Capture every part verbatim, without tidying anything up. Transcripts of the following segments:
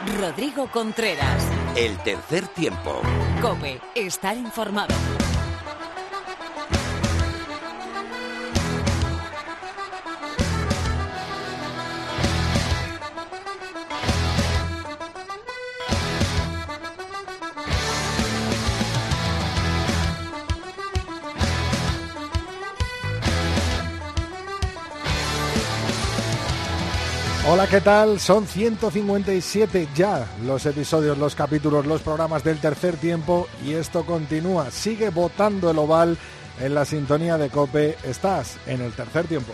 Rodrigo Contreras. El tercer tiempo. COPE, estar informado. Hola, ¿qué tal? Son ciento cincuenta y siete ya los episodios, los capítulos, los programas del tercer tiempo y esto continúa. Sigue votando el oval en la sintonía de COPE. Estás en el tercer tiempo.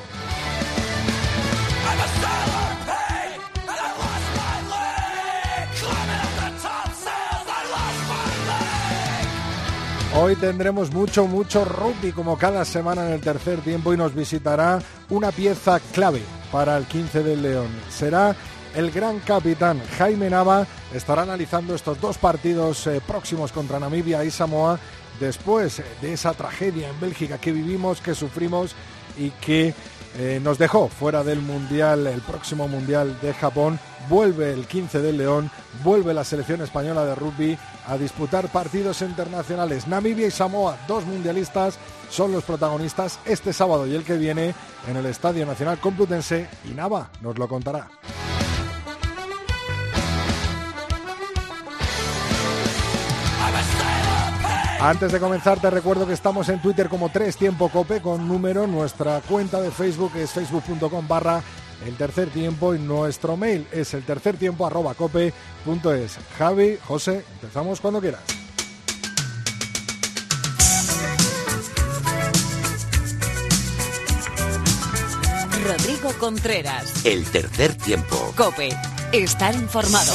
Hoy tendremos mucho, mucho rugby como cada semana en el tercer tiempo y nos visitará una pieza clave para el quince del León. Será el gran capitán Jaime Nava. Estará analizando estos dos partidos eh, próximos contra Namibia y Samoa después de esa tragedia en Bélgica que vivimos, que sufrimos y que eh, nos dejó fuera del Mundial, el próximo Mundial de Japón. Vuelve el quince del León, vuelve la selección española de rugby a disputar partidos internacionales. Namibia y Samoa, dos mundialistas, son los protagonistas este sábado y el que viene en el Estadio Nacional Complutense y Nava nos lo contará. Antes de comenzar te recuerdo que estamos en Twitter como tres tiempo cope con número, nuestra cuenta de Facebook es facebook punto com barra el tercer tiempo y nuestro mail es el tercer tiempo arroba cope punto es. Javi, José, empezamos cuando quieras. Rodrigo Contreras. El tercer tiempo. COPE, estar informado.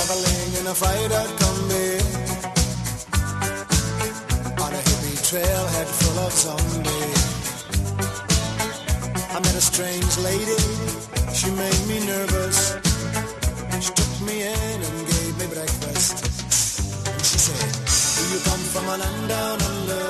Trailhead full of zombies. I met a strange lady. She made me nervous. She took me in and gave me breakfast. And she said, do you come from a land down under?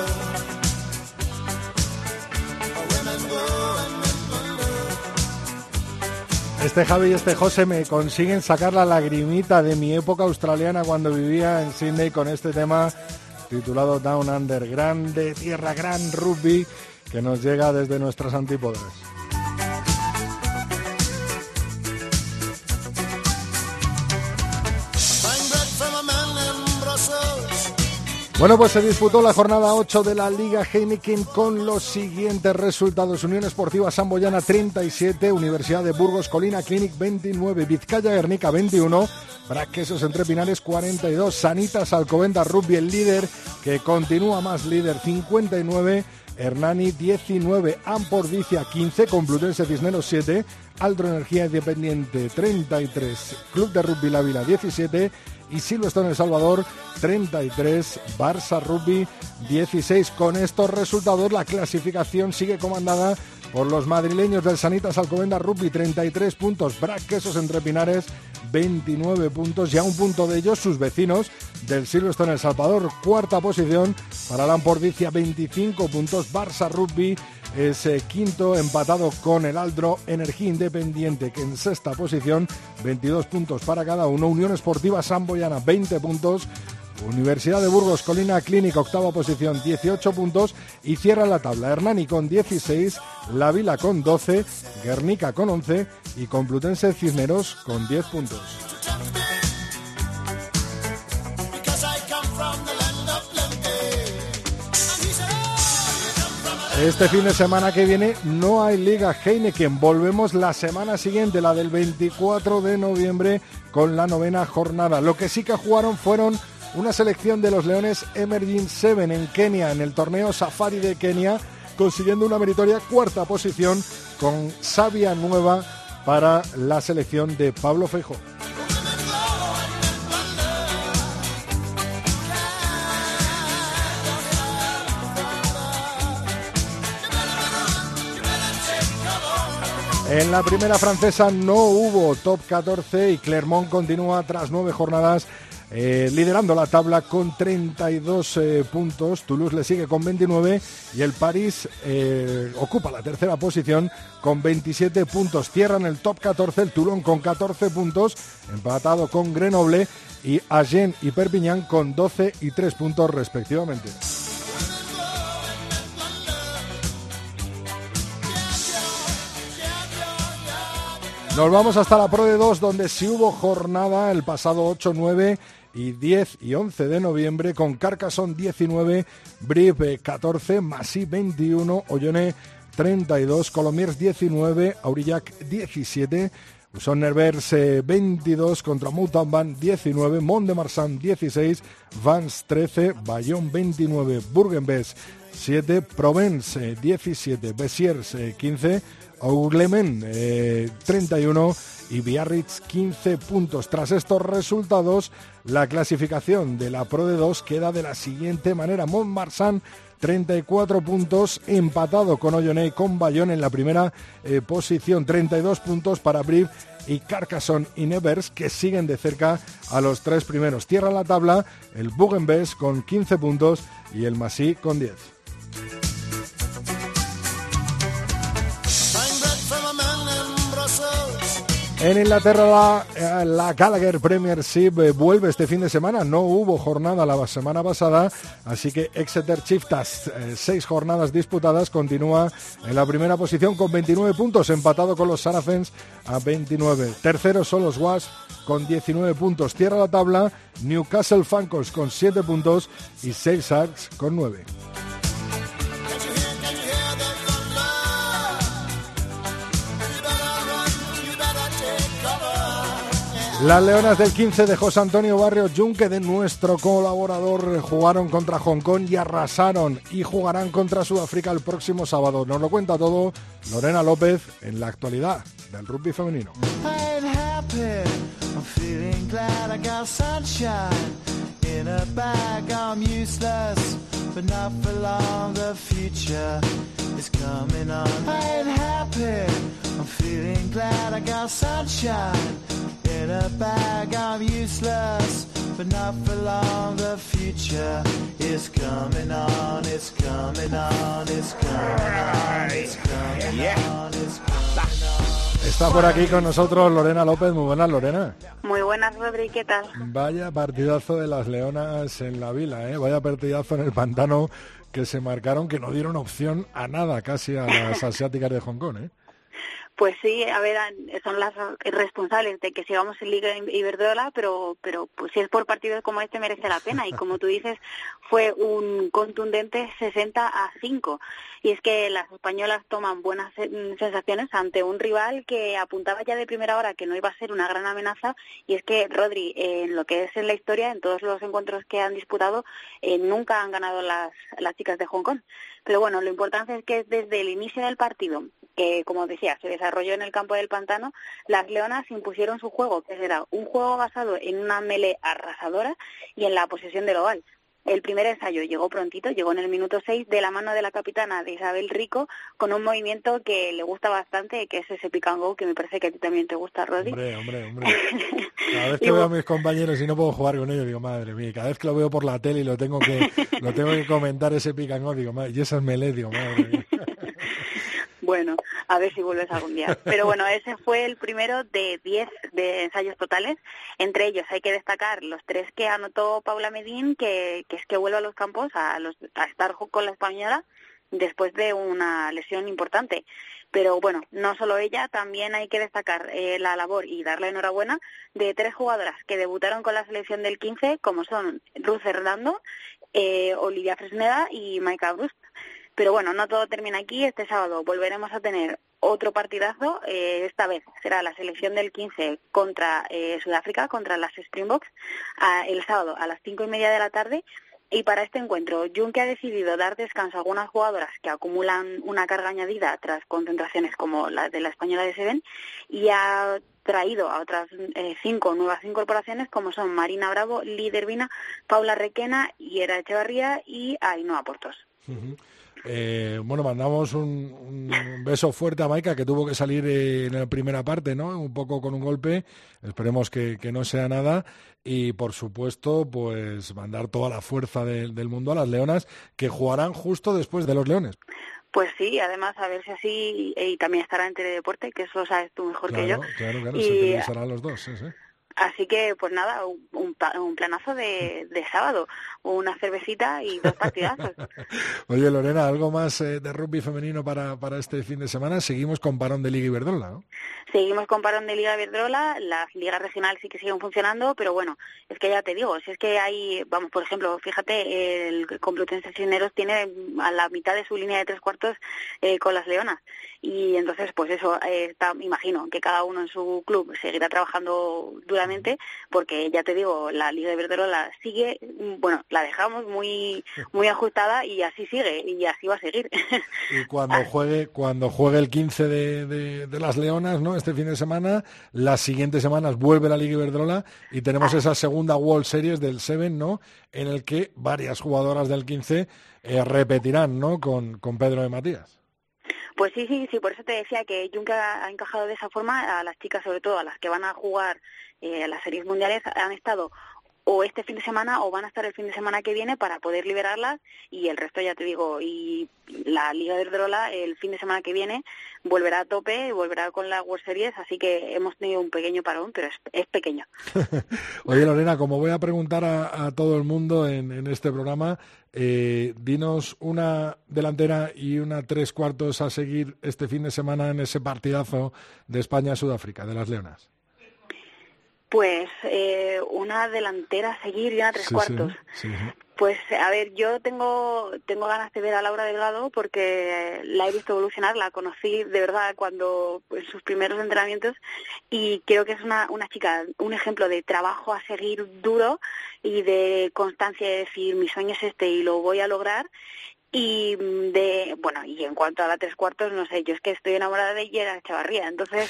Where men go and men wonder. Este Javi y este José me consiguen sacar la lagrimita de mi época australiana cuando vivía en Sydney con este tema titulado Down Under, grande tierra, gran rugby que nos llega desde nuestras antípodas. Bueno, pues se disputó la jornada ocho de la Liga Heineken con los siguientes resultados. Unión Esportiva Samboyana treinta y siete, Universidad de Burgos Colina Clinic veintinueve, Vizcaya Guernica veintiuno, Braquesos Entre Pinares cuarenta y dos, Sanitas Alcobendas Rugby el líder que continúa más líder cincuenta y nueve, Hernani diecinueve, Ampor Vicia quince, Complutense Cisneros siete, Aldro Energía Independiente treinta y tres, Club de Rugby La Vila diecisiete y Silverstone El Salvador treinta y tres, Barça Rugby dieciséis. Con estos resultados la clasificación sigue comandada por los madrileños del Sanitas Alcobendas Rugby treinta y tres puntos, Braquesos Entre Pinares veintinueve puntos y a un punto de ellos sus vecinos del Silverstone El Salvador. Cuarta posición para la Ampordicia, veinticinco puntos. Barça Rugby es eh, quinto, empatado con el Aldro Energía Independiente, que en sexta posición, veintidós puntos para cada uno. Unión Esportiva Samboyana, veinte puntos. Universidad de Burgos Colina Clínica, octava posición, dieciocho puntos. Y cierra la tabla Hernani con dieciséis, La Vila con doce, Guernica con once y Complutense Cisneros con diez puntos. Este fin de semana que viene no hay Liga Heineken. Volvemos la semana siguiente, la del veinticuatro de noviembre, con la novena jornada. Lo que sí que jugaron fueron una selección de los Leones Emerging Seven en Kenia, en el torneo Safari de Kenia, consiguiendo una meritoria cuarta posición con savia nueva para la selección de Pablo Feijóo. En la primera francesa no hubo top catorce y Clermont continúa tras nueve jornadas eh, liderando la tabla con treinta y dos eh, puntos. Toulouse le sigue con veintinueve y el París eh, ocupa la tercera posición con veintisiete puntos. Cierran el top catorce el Toulon con catorce puntos, empatado con Grenoble, y Agen y Perpignan con doce y tres puntos respectivamente. Nos vamos hasta la Pro D dos, donde sí hubo jornada el pasado ocho, nueve y diez y once de noviembre, con Carcassonne diecinueve, Brive catorce, Massy veintiuno, Oyonnax treinta y dos, Colomiers diecinueve, Aurillac diecisiete, Sonnerbers eh, veintidós contra Montauban diecinueve, Mont-de-Marsan dieciséis, Vans trece, Bayonne veintinueve, Bourg-en-Bresse siete, Provence eh, diecisiete, Bessiers eh, quince, Angoulême eh, treinta y uno y Biarritz quince puntos. Tras estos resultados, la clasificación de la Pro D dos queda de la siguiente manera: Mont-de-Marsan treinta y cuatro puntos, empatado con Oyonnax y con Bayonne en la primera eh, posición, treinta y dos puntos para Brive y Carcassonne y Nevers, que siguen de cerca a los tres primeros. Cierra la tabla el Bourg-en-Bresse con quince puntos y el Massy con diez. En Inglaterra la, la Gallagher Premiership eh, vuelve este fin de semana. No hubo jornada la semana pasada, así que Exeter Chiefs, eh, seis jornadas disputadas, continúa en la primera posición con veintinueve puntos, empatado con los Saracens a veintinueve. Terceros son los Wasps con diecinueve puntos. Cierra la tabla Newcastle Falcons con siete puntos y Sale Sharks con nueve. Las Leonas del quince de José Antonio Barrios Yunque, de nuestro colaborador, jugaron contra Hong Kong y arrasaron, y jugarán contra Sudáfrica el próximo sábado. Nos lo cuenta todo Lorena López en la actualidad del rugby femenino. In a bag, I'm useless, but not for long. The future is coming on. I ain't happy, I'm feeling glad I got sunshine. In a bag, I'm useless, but not for long. The future is coming on, it's coming on, it's coming on, it's coming on, it's coming on. Está por aquí con nosotros Lorena López. Muy buenas, Lorena. Muy buenas, Rodri, ¿qué tal? Vaya partidazo de las Leonas en la Vila, ¿eh? Vaya partidazo en el pantano que se marcaron, que no dieron opción a nada casi a las asiáticas de Hong Kong, ¿eh? Pues sí, a ver, son las responsables de que sigamos en Liga Iberdrola, pero pero pues si es por partidos como este merece la pena, y como tú dices, fue un contundente sesenta a cinco, y es que las españolas toman buenas sensaciones ante un rival que apuntaba ya de primera hora que no iba a ser una gran amenaza, y es que, Rodri, en lo que es en la historia, en todos los encuentros que han disputado, eh, nunca han ganado las, las chicas de Hong Kong. Pero bueno, lo importante es que desde el inicio del partido, que como decía, se desarrolló en el campo del pantano, las leonas impusieron su juego, que era un juego basado en una melee arrasadora y en la posesión del oval. El primer ensayo llegó prontito, llegó en el minuto seis, de la mano de la capitana de Isabel Rico, con un movimiento que le gusta bastante, que es ese pick and go, que me parece que a ti también te gusta, Rodri. Hombre, hombre, hombre. Cada vez que veo a mis compañeros y no puedo jugar con ellos, digo, madre mía, cada vez que lo veo por la tele y lo tengo que lo tengo que comentar ese pick and go, digo, madre, y esas melee, digo, madre mía. Bueno, a ver si vuelves algún día. Pero bueno, ese fue el primero de diez de ensayos totales. Entre ellos hay que destacar los tres que anotó Paula Medín, que, que es que vuelve a los campos a, los, a estar con la española después de una lesión importante. Pero bueno, no solo ella, también hay que destacar eh, la labor y darle enhorabuena de tres jugadoras que debutaron con la selección del quince, como son Ruth Hernando, eh, Olivia Fresneda y Maika Brust. Pero bueno, no todo termina aquí. Este sábado volveremos a tener otro partidazo. Eh, esta vez será la selección del quince contra eh, Sudáfrica, contra las Springboks, a, el sábado a las cinco y media de la tarde. Y para este encuentro, Junque ha decidido dar descanso a algunas jugadoras que acumulan una carga añadida tras concentraciones como la de la española de Seven, y ha traído a otras eh, cinco nuevas incorporaciones, como son Marina Bravo, Lider Vina, Paula Requena, Iera Echevarría y Ainhoa Portos. Uh-huh. Eh, bueno, mandamos un, un beso fuerte a Maika, que tuvo que salir eh, en la primera parte, ¿no? Un poco con un golpe. Esperemos que, que no sea nada. Y, por supuesto, pues mandar toda la fuerza de, del mundo a las leonas, que jugarán justo después de los leones. Pues sí, además a ver si así, y, y también estará en Teledeporte, que eso lo sabes tú mejor claro, que yo. Claro, claro, y, se televisarán los dos, sí, sí. Así que, pues nada, un, un, un planazo de, de sábado, una cervecita y dos partidazos. Oye, Lorena, ¿algo más eh, de rugby femenino para, para este fin de semana? Seguimos con parón de Liga Iberdrola, ¿no? Seguimos con parón de Liga Iberdrola, las ligas regionales sí que siguen funcionando, pero bueno, es que ya te digo, si es que hay, vamos, por ejemplo, fíjate, el Complutense Cisneros tiene a la mitad de su línea de tres cuartos eh, con las leonas, y entonces, pues eso, eh, está, imagino que cada uno en su club seguirá trabajando duramente, porque ya te digo, la Liga Iberdrola sigue, bueno, la dejamos muy muy ajustada y así sigue, y así va a seguir. Y cuando juegue cuando juegue el quince de, de, de las leonas, ¿no? Este fin de semana, las siguientes semanas vuelve la Liga Iberdrola y tenemos esa segunda World Series del Seven, ¿no? En el que varias jugadoras del quince eh, repetirán, ¿no? Con, con Pedro de Matías. Pues sí, sí, sí, por eso te decía que Juncker ha encajado de esa forma. A las chicas, sobre todo a las que van a jugar eh, a las series mundiales, han estado o este fin de semana o van a estar el fin de semana que viene para poder liberarlas, y el resto ya te digo, y la Liga de Iberdrola el fin de semana que viene volverá a tope, volverá con la World Series, así que hemos tenido un pequeño parón, pero es, es pequeño. Oye, Lorena, como voy a preguntar a, a todo el mundo en, en este programa, eh, dinos una delantera y una tres cuartos a seguir este fin de semana en ese partidazo de España-Sudáfrica, de las Leonas. Pues eh, una delantera a seguir y una tres sí, cuartos. Sí, sí. Pues a ver, yo tengo tengo ganas de ver a Laura Delgado porque la he visto evolucionar, la conocí de verdad cuando en sus primeros entrenamientos, y creo que es una una chica, un ejemplo de trabajo a seguir duro y de constancia, de decir mi sueño es este y lo voy a lograr. Y de bueno y en cuanto a la tres cuartos, no sé, yo es que estoy enamorada de Yera Chavarría, entonces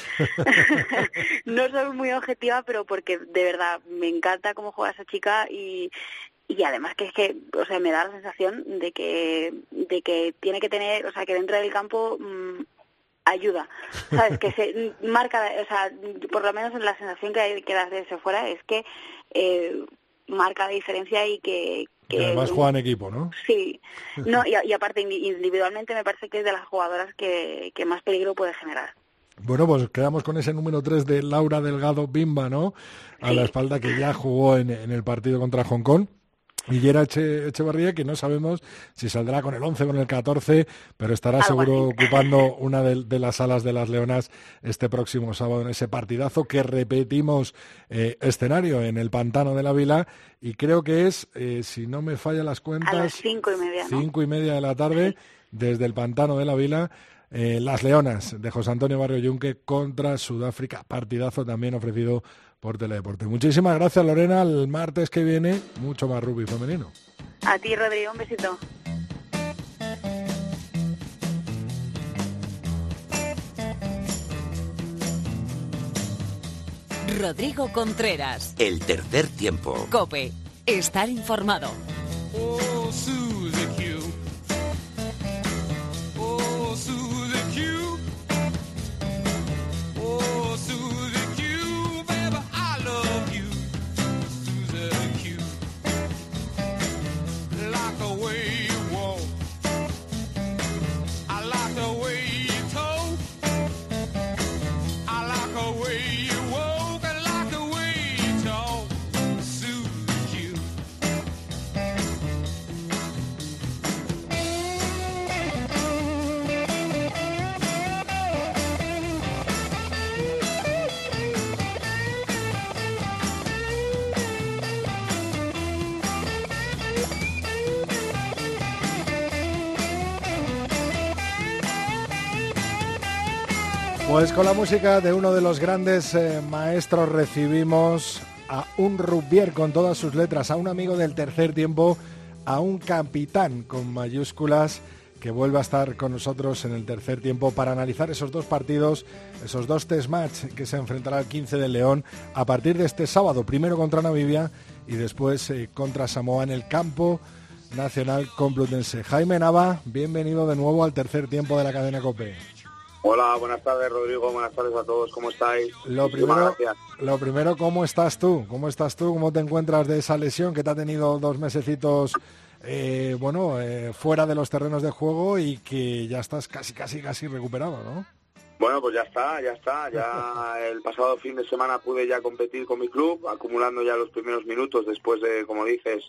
no soy muy objetiva, pero porque de verdad me encanta cómo juega esa chica, y y además que es que, o sea, me da la sensación de que de que tiene que tener, o sea, que dentro del campo mmm, ayuda, sabes, que se marca, o sea, por lo menos la sensación que hay que da desde fuera es que eh, marca la diferencia y que Que además juega en equipo, ¿no? Sí, no, y, y aparte individualmente me parece que es de las jugadoras que, que más peligro puede generar. Bueno, pues quedamos con ese número tres de Laura Delgado Bimba, ¿no? A sí. La espalda, que ya jugó en, en el partido contra Hong Kong. Y Yera Eche, Echevarría, que no sabemos si saldrá con el once o con el catorce, pero estará Algo seguro así. ocupando una de, de las alas de las Leonas este próximo sábado en ese partidazo que repetimos eh, escenario en el Pantano de la Vila, y creo que es, eh, si no me falla las cuentas, a las cinco y media, ¿no? Cinco y media de la tarde, sí. Desde el Pantano de la Vila, eh, las Leonas de José Antonio Barrio Yunque contra Sudáfrica, partidazo también ofrecido por Teledeporte. Muchísimas gracias, Lorena. El martes que viene, mucho más rugby femenino. A ti, Rodrigo, un besito. Rodrigo Contreras. El tercer tiempo. COPE. Estar informado. Oh, Suzy Q. Oh, Suzy Q. Oh, Suzy Q, baby, I love you. Suzy Q. Like the way you walk. I like the way you talk. I like the way you walk. I like the way you talk. Suzy Q. Pues con la música de uno de los grandes eh, maestros recibimos a un rugbier con todas sus letras, a un amigo del tercer tiempo, a un capitán con mayúsculas que vuelve a estar con nosotros en el tercer tiempo para analizar esos dos partidos, esos dos test match que se enfrentará el quince del León a partir de este sábado, primero contra Namibia y después eh, contra Samoa en el campo Nacional Complutense. Jaime Nava, bienvenido de nuevo al tercer tiempo de la cadena COPE. Hola, buenas tardes Rodrigo, buenas tardes a todos, ¿cómo estáis? Lo primero, lo primero, ¿cómo estás tú? ¿Cómo estás tú? ¿Cómo te encuentras de esa lesión que te ha tenido dos mesecitos eh, bueno, eh, fuera de los terrenos de juego y que ya estás casi, casi, casi recuperado, ¿no? Bueno, pues ya está, ya está, ya el pasado fin de semana pude ya competir con mi club, acumulando ya los primeros minutos después de, como dices,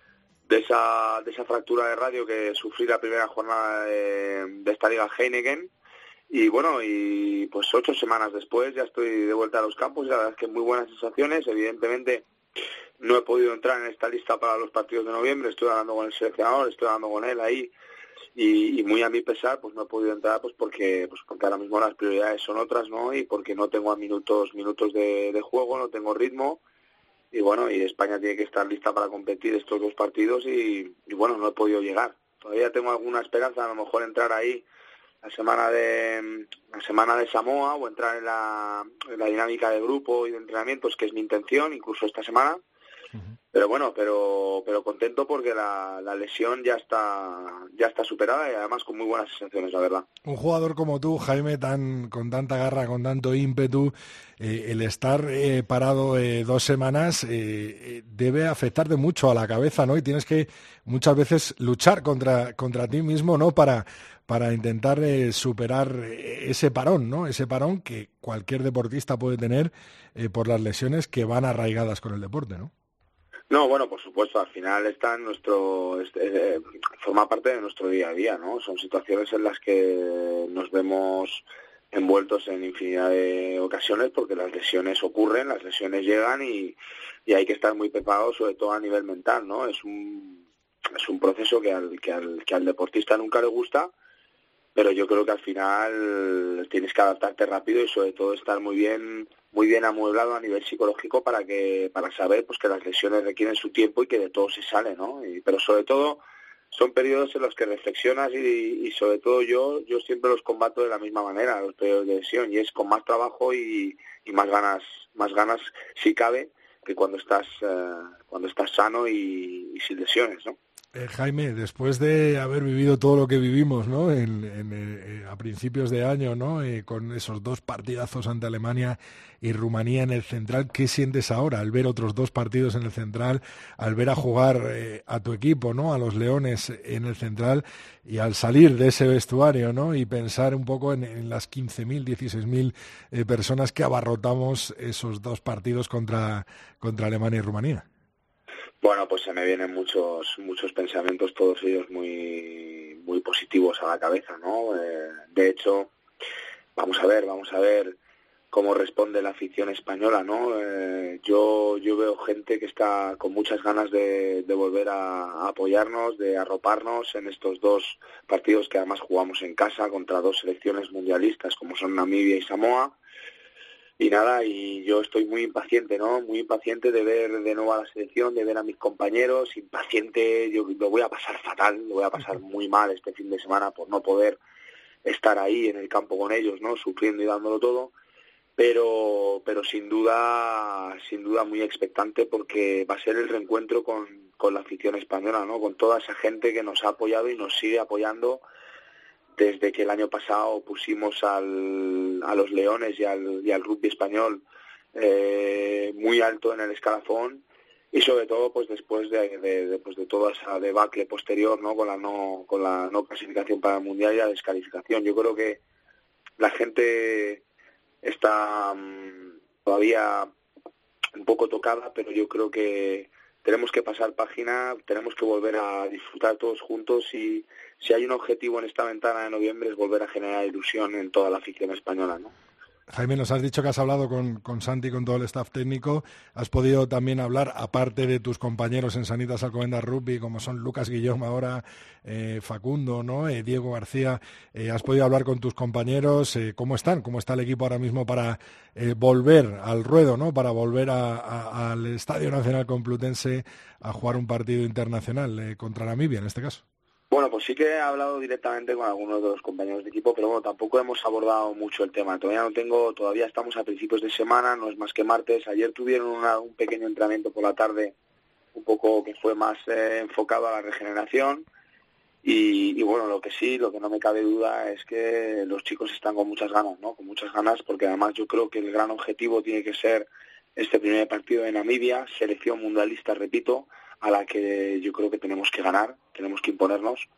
de esa, de esa fractura de radio que sufrí la primera jornada de, de esta Liga Heineken. Y bueno, y pues ocho semanas después ya estoy de vuelta a los campos y la verdad es que muy buenas sensaciones. Evidentemente no he podido entrar en esta lista para los partidos de noviembre, estoy hablando con el seleccionador, estoy hablando con él ahí y, y muy a mi pesar pues no he podido entrar pues porque pues porque ahora mismo las prioridades son otras, ¿no? Y porque no tengo minutos minutos de, de juego, no tengo ritmo y bueno, y España tiene que estar lista para competir estos dos partidos y, y bueno, no he podido llegar. Todavía tengo alguna esperanza a lo mejor entrar ahí la semana de la semana de Samoa o entrar en la, en la dinámica de grupo y de entrenamientos, que es mi intención, incluso esta semana. Uh-huh. Pero bueno, pero pero contento porque la, la lesión ya está ya está superada y además con muy buenas sensaciones, la verdad. Un jugador como tú, Jaime, tan con tanta garra, con tanto ímpetu, eh, el estar eh, parado eh, dos semanas eh, eh, debe afectarte mucho a la cabeza, ¿no? Y tienes que muchas veces luchar contra contra ti mismo, ¿no? Para para intentar eh, superar ese parón, ¿no? Ese parón que cualquier deportista puede tener eh, por las lesiones que van arraigadas con el deporte, ¿no? No, bueno, por supuesto, al final está en nuestro, eh, forma parte de nuestro día a día, ¿no? Son situaciones en las que nos vemos envueltos en infinidad de ocasiones porque las lesiones ocurren, las lesiones llegan y, y hay que estar muy preparados, sobre todo a nivel mental, ¿no? Es un, es un proceso que al, que al, que al deportista nunca le gusta, pero yo creo que al final tienes que adaptarte rápido y sobre todo estar muy bien muy bien amueblado a nivel psicológico para que para saber pues que las lesiones requieren su tiempo y que de todo se sale, ¿no? Y, pero sobre todo son periodos en los que reflexionas y, y sobre todo yo yo siempre los combato de la misma manera, los periodos de lesión, y es con más trabajo y, y más ganas más ganas si cabe que cuando estás eh, cuando estás sano y, y sin lesiones, ¿no? Eh, Jaime, después de haber vivido todo lo que vivimos, ¿no? En, en, eh, a principios de año, ¿no? Eh, con esos dos partidazos ante Alemania y Rumanía en el Central, ¿qué sientes ahora al ver otros dos partidos en el Central, al ver a jugar eh, a tu equipo, ¿no? A los Leones en el Central y al salir de ese vestuario, ¿no? Y pensar un poco en, en las quince mil, dieciséis mil eh, personas que abarrotamos esos dos partidos contra, contra Alemania y Rumanía? Bueno, pues se me vienen muchos muchos pensamientos, todos ellos muy muy positivos a la cabeza, ¿no? Eh, de hecho, vamos a ver, vamos a ver cómo responde la afición española, ¿no? Eh, yo yo veo gente que está con muchas ganas de, de volver a, a apoyarnos, de arroparnos en estos dos partidos que además jugamos en casa contra dos selecciones mundialistas como son Namibia y Samoa. Y nada, y yo estoy muy impaciente, ¿no? Muy impaciente de ver de nuevo a la selección, de ver a mis compañeros, impaciente, yo lo voy a pasar fatal, lo voy a pasar muy mal este fin de semana por no poder estar ahí en el campo con ellos, ¿no? Sufriendo y dándolo todo, pero pero sin duda, sin duda muy expectante porque va a ser el reencuentro con, con la afición española, ¿no? Con toda esa gente que nos ha apoyado y nos sigue apoyando desde que el año pasado pusimos al, a los Leones y al, y al rugby español eh, muy alto en el escalafón y sobre todo pues después de, de, de, pues de toda esa debacle posterior, ¿no? Con la no con la no clasificación para el Mundial y la descalificación. Yo creo que la gente está um, todavía un poco tocada, pero yo creo que tenemos que pasar página, tenemos que volver a disfrutar todos juntos y si hay un objetivo en esta ventana de noviembre es volver a generar ilusión en toda la afición española, ¿no? Jaime, nos has dicho que has hablado con, con Santi y con todo el staff técnico. Has podido también hablar, aparte de tus compañeros en Sanitas Alcobendas Rugby, como son Lucas Guillaume ahora, eh, Facundo, ¿no? Eh, Diego García. Eh, has podido hablar con tus compañeros. Eh, ¿Cómo están? ¿Cómo está el equipo ahora mismo para eh, volver al ruedo, ¿no? Para volver a, a, al Estadio Nacional Complutense a jugar un partido internacional eh, contra Namibia, en este caso? Bueno, pues sí que he hablado directamente con algunos de los compañeros de equipo, pero bueno, tampoco hemos abordado mucho el tema. Todavía no tengo, todavía estamos a principios de semana, no es más que martes. Ayer tuvieron una, un pequeño entrenamiento por la tarde un poco que fue más eh, enfocado a la regeneración. Y, y bueno, lo que sí, lo que no me cabe duda es que los chicos están con muchas ganas, ¿no? Con muchas ganas, porque además yo creo que el gran objetivo tiene que ser este primer partido de Namibia, selección mundialista, repito, a la que yo creo que tenemos que ganar, tenemos que imponernos.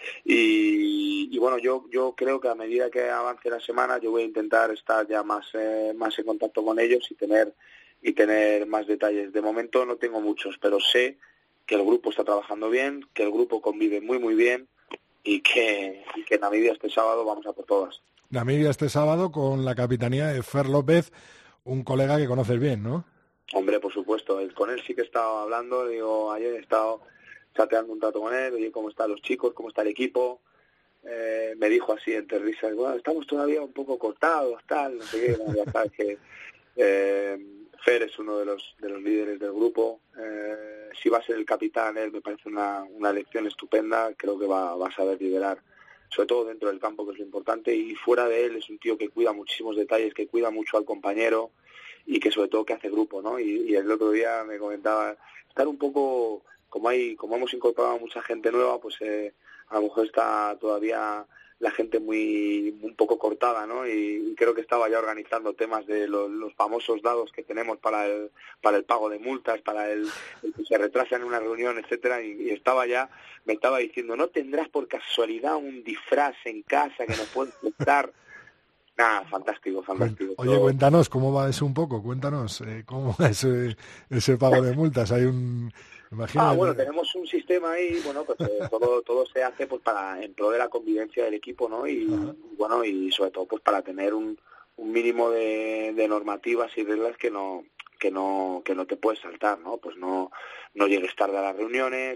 Y, y bueno, yo yo creo que a medida que avance la semana yo voy a intentar estar ya más eh, más en contacto con ellos y tener y tener más detalles. De momento no tengo muchos, pero sé que el grupo está trabajando bien, que el grupo convive muy muy bien y que, y que Namibia este sábado vamos a por todas. Namibia este sábado con la capitanía de Fer López, un colega que conoces bien, ¿no? Hombre, por supuesto, con él sí que he estado hablando, digo, ayer he estado chateando un rato con él, oye, ¿cómo están los chicos? ¿Cómo está el equipo? Eh, me dijo así entre risas, bueno, estamos todavía un poco cortados, tal, no sé qué, no, ya sabes que eh, Fer es uno de los de los líderes del grupo, eh, si va a ser el capitán, él me parece una, una elección estupenda, creo que va, va a saber liderar, sobre todo dentro del campo, que es lo importante, y fuera de él es un tío que cuida muchísimos detalles, que cuida mucho al compañero, y que sobre todo que hace grupo, ¿no? Y, y el otro día me comentaba, estar un poco, como hay, como hemos incorporado a mucha gente nueva, pues eh, a lo mejor está todavía la gente muy un poco cortada, ¿no? Y, y creo que estaba ya organizando temas de los, los famosos dados que tenemos para el para el pago de multas, para el, el que se retrasa en una reunión, etcétera, y, y estaba ya, me estaba diciendo, ¿no tendrás por casualidad un disfraz en casa que nos puedes prestar? Nada, fantástico, fantástico. Oye, cuéntanos, ¿cómo va eso un poco? Cuéntanos, eh, ¿cómo va ese, ese pago de multas? Hay un... Imagínate. Ah, bueno, tenemos un sistema ahí, bueno, pues eh, todo todo se hace pues para en pro de la convivencia del equipo, ¿no? Y, y bueno, y sobre todo pues para tener un, un mínimo de, de normativas y reglas que no que no que no te puedes saltar, ¿no? Pues no no llegues tarde a las reuniones,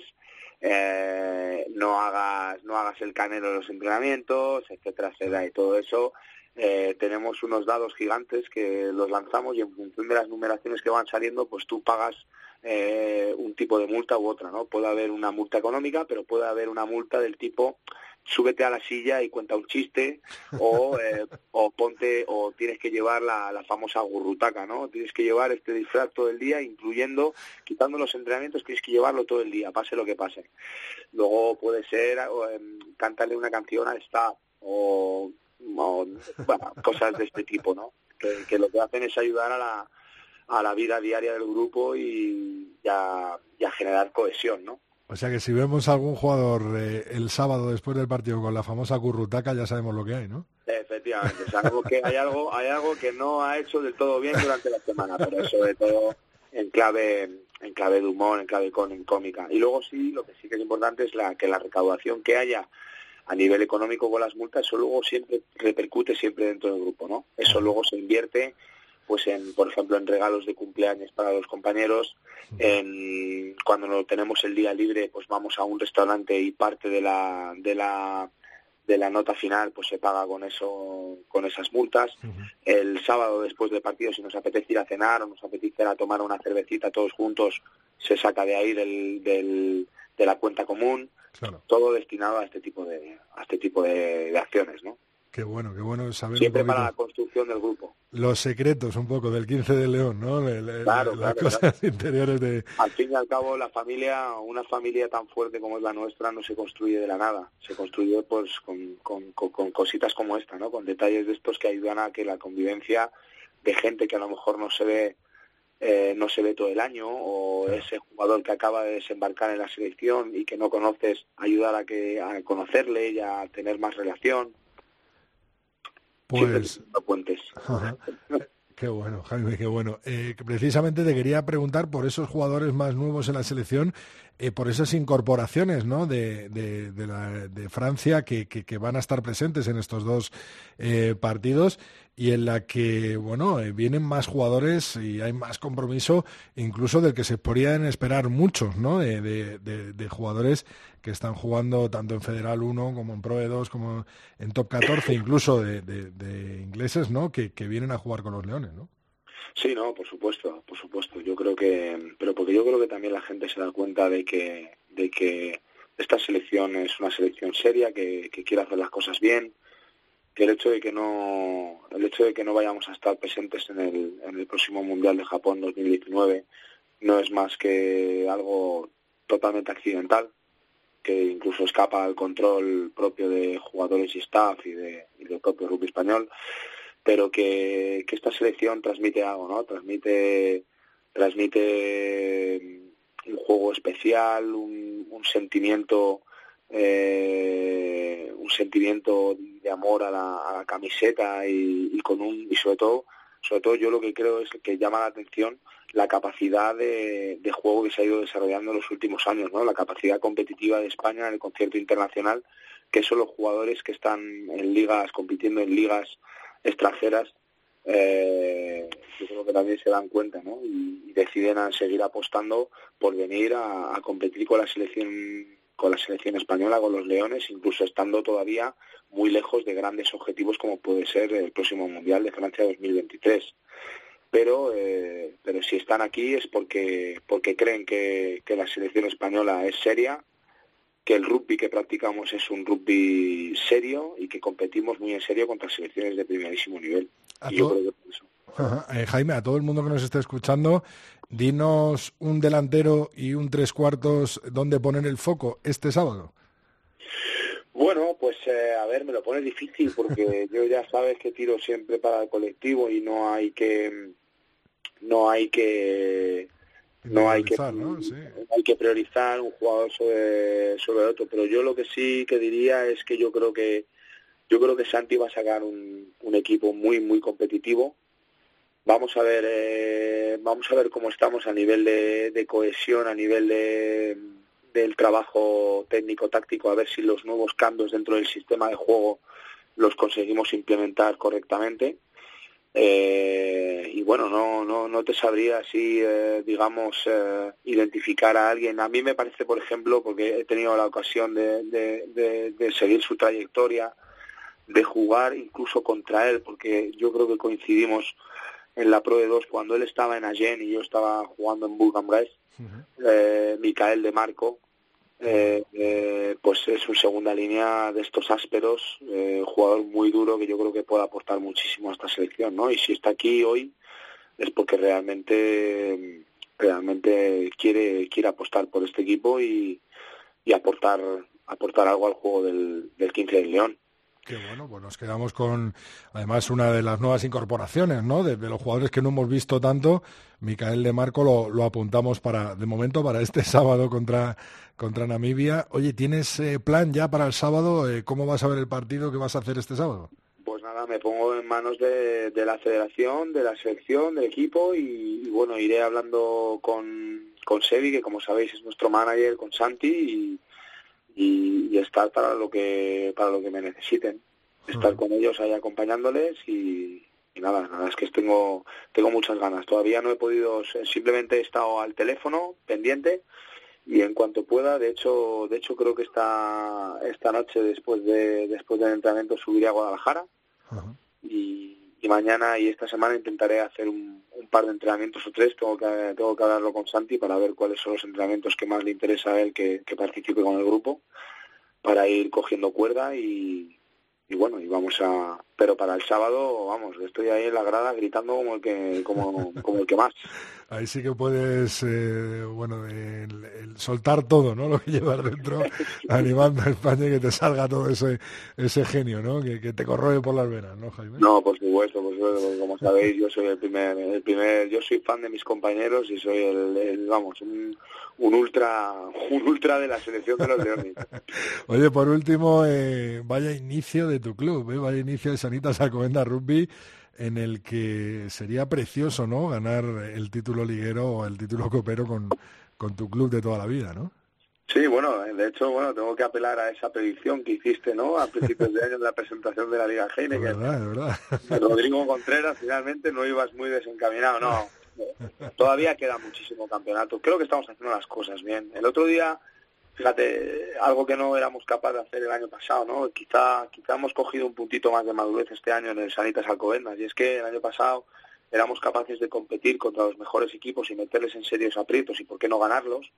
eh, no hagas no hagas el canelo en los entrenamientos, etcétera, etcétera, y todo eso. Eh, tenemos unos dados gigantes que los lanzamos y en función de las numeraciones que van saliendo, pues tú pagas eh, un tipo de multa u otra, ¿no? Puede haber una multa económica, pero puede haber una multa del tipo súbete a la silla y cuenta un chiste o eh, o ponte o tienes que llevar la, la famosa gurrutaca, ¿no? Tienes que llevar este disfraz todo el día, incluyendo, quitando los entrenamientos, tienes que llevarlo todo el día, pase lo que pase. Luego puede ser eh, cantarle una canción al staff o O, bueno, cosas de este tipo, ¿no? Que, que lo que hacen es ayudar a la, a la vida diaria del grupo y, y, a, y a generar cohesión, ¿no? O sea que si vemos a algún jugador eh, el sábado después del partido con la famosa currutaca, ya sabemos lo que hay, ¿no? Efectivamente, sabemos que hay algo, hay algo que no ha hecho del todo bien durante la semana, pero sobre todo en clave en clave de humor, en clave con, en cómica. Y luego sí, lo que sí que es importante es la que la recaudación que haya a nivel económico con las multas, eso luego siempre repercute siempre dentro del grupo, ¿no? Eso luego se invierte, pues en, por ejemplo, en regalos de cumpleaños para los compañeros, en cuando no tenemos el día libre, pues vamos a un restaurante y parte de la de la de la nota final, pues se paga con eso, con esas multas. Uh-huh. El sábado después del partido, si nos apetece ir a cenar o nos apetece ir a tomar una cervecita todos juntos, se saca de ahí del, del de la cuenta común. Claro. Todo destinado a este tipo de a este tipo de, de acciones, ¿no? Qué bueno, qué bueno saber siempre un poquito para la construcción del grupo. Los secretos un poco del quince de León, ¿no? Le, le, claro, las claro, cosas claro. interiores de... Al fin y al cabo, la familia, una familia tan fuerte como es la nuestra, no se construye de la nada. Se construye pues con, con, con, con cositas como esta, ¿no? Con detalles de estos que ayudan a que la convivencia de gente que a lo mejor no se ve Eh, no se ve todo el año, o ese jugador que acaba de desembarcar en la selección y que no conoces, ayudar a que a conocerle y a tener más relación. Pues puentes. Qué bueno, Jaime, qué bueno. Eh, precisamente te quería preguntar por esos jugadores más nuevos en la selección, eh, por esas incorporaciones, ¿no? de, de, de, la, de Francia que, que, que van a estar presentes en estos dos eh, partidos y en la que, bueno, eh, vienen más jugadores y hay más compromiso, incluso del que se podrían esperar muchos, ¿no? De, de, de, de jugadores que están jugando tanto en Federal uno como en Pro E dos, como en Top catorce, incluso de, de, de ingleses, ¿no? Que, que vienen a jugar con los Leones, ¿no? Sí, no, por supuesto, por supuesto. Yo creo que, pero porque yo creo que también la gente se da cuenta de que, de que esta selección es una selección seria, que, que quiere hacer las cosas bien, que el hecho de que no, el hecho de que no vayamos a estar presentes en el, en el próximo Mundial de Japón dos mil diecinueve, no es más que algo totalmente accidental, que incluso escapa al control propio de jugadores y staff y, de, y del propio rugby español, pero que, que esta selección transmite algo, ¿no? Transmite, transmite un juego especial, un, un sentimiento, eh, un sentimiento de amor a la, a la camiseta y, y con un y sobre todo, sobre todo yo lo que creo es que llama la atención la capacidad de, de juego que se ha ido desarrollando en los últimos años, ¿no? La capacidad competitiva de España en el concierto internacional, que son los jugadores que están en ligas, compitiendo en ligas extranjeras, eh, yo creo que también se dan cuenta, ¿no? Y, y deciden a seguir apostando por venir a, a competir con la selección con la selección española, con los Leones, incluso estando todavía muy lejos de grandes objetivos como puede ser el próximo Mundial de Francia dos mil veintitrés. Pero eh, pero si están aquí es porque porque creen que, que la selección española es seria, que el rugby que practicamos es un rugby serio y que competimos muy en serio contra selecciones de primerísimo nivel. A Y yo to- creo que por eso. Ajá. Eh, Jaime, a todo el mundo que nos esté escuchando, dinos un delantero y un tres cuartos donde poner el foco este sábado. Bueno, pues eh, a ver, me lo pones difícil porque yo ya sabes que tiro siempre para el colectivo y no hay que no hay que no hay que Priorizar, ¿no? Sí. hay que priorizar un jugador sobre sobre otro, pero yo lo que sí que diría es que yo creo que yo creo que Santi va a sacar un, un equipo muy muy competitivo. Vamos a ver eh, vamos a ver cómo estamos a nivel de, de cohesión, a nivel de del trabajo técnico-táctico, a ver si los nuevos cambios dentro del sistema de juego los conseguimos implementar correctamente. Eh, y bueno, no no no te sabría así, eh, digamos, eh, identificar a alguien. A mí me parece, por ejemplo, porque he tenido la ocasión de, de, de, de seguir su trayectoria, de jugar incluso contra él, porque yo creo que coincidimos en la Pro de dos cuando él estaba en Agen y yo estaba jugando en Bourg-en-Bresse. Uh-huh. eh, Micael de Marco, eh, eh, pues es un segunda línea de estos ásperos, eh, jugador muy duro que yo creo que puede aportar muchísimo a esta selección, ¿no? Y si está aquí hoy es porque realmente realmente quiere quiere apostar por este equipo y, y aportar aportar algo al juego del, del quince del León. Qué bueno, pues nos quedamos con, además, una de las nuevas incorporaciones, ¿no? De, de los jugadores que no hemos visto tanto. Micael de Marco lo, lo apuntamos para, de momento, para este sábado contra, contra Namibia. Oye, ¿tienes eh, plan ya para el sábado? Eh, ¿Cómo vas a ver el partido? ¿Qué vas a hacer este sábado? Pues nada, me pongo en manos de, de la federación, de la selección, del equipo y, y bueno, iré hablando con, con Sevi, que como sabéis es nuestro manager, con Santi y Y, y estar para lo que para lo que me necesiten, estar con ellos ahí acompañándoles y, y nada, nada es que tengo tengo muchas ganas. Todavía no he podido, simplemente he estado al teléfono pendiente y en cuanto pueda, de hecho de hecho creo que esta esta noche después de después del entrenamiento subiré a Guadalajara. Uh-huh. y, y mañana y esta semana intentaré hacer un, un par de entrenamientos o tres. Tengo que tengo que hablarlo con Santi para ver cuáles son los entrenamientos que más le interesa a él que, que participe con el grupo, para ir cogiendo cuerda y, y bueno, y vamos a... Pero para el sábado, vamos, estoy ahí en la grada gritando como el que como, como el que más. Ahí sí que puedes, eh, bueno, el, el soltar todo, ¿no? Lo que llevas dentro, animando a España y que te salga todo ese ese genio, ¿no? Que, que te corroe por las venas, ¿no, Jaime? No, por supuesto, por supuesto, porque como sabéis, yo soy el primer, el primer, yo soy fan de mis compañeros y soy el, el vamos, un, un ultra, un ultra de la selección de los Leones. Oye, por último, eh, vaya inicio de tu club, ¿eh? Vaya inicio de Sanitas Alcobendas Rugby, en el que sería precioso, ¿no?, ganar el título liguero o el título copero con, con tu club de toda la vida, ¿no? Sí, bueno, de hecho, bueno, tengo que apelar a esa predicción que hiciste, ¿no?, a principios de año en la presentación de la Liga Heineken. Es verdad, es verdad. Rodrigo Contreras, finalmente no ibas muy desencaminado, no. Todavía queda muchísimo campeonato. Creo que estamos haciendo las cosas bien. El otro día, fíjate, algo que no éramos capaces de hacer el año pasado, ¿no? Quizá, quizá hemos cogido un puntito más de madurez este año en el Sanitas Alcobendas, y es que el año pasado éramos capaces de competir contra los mejores equipos y meterles en serios aprietos y por qué no ganarlos,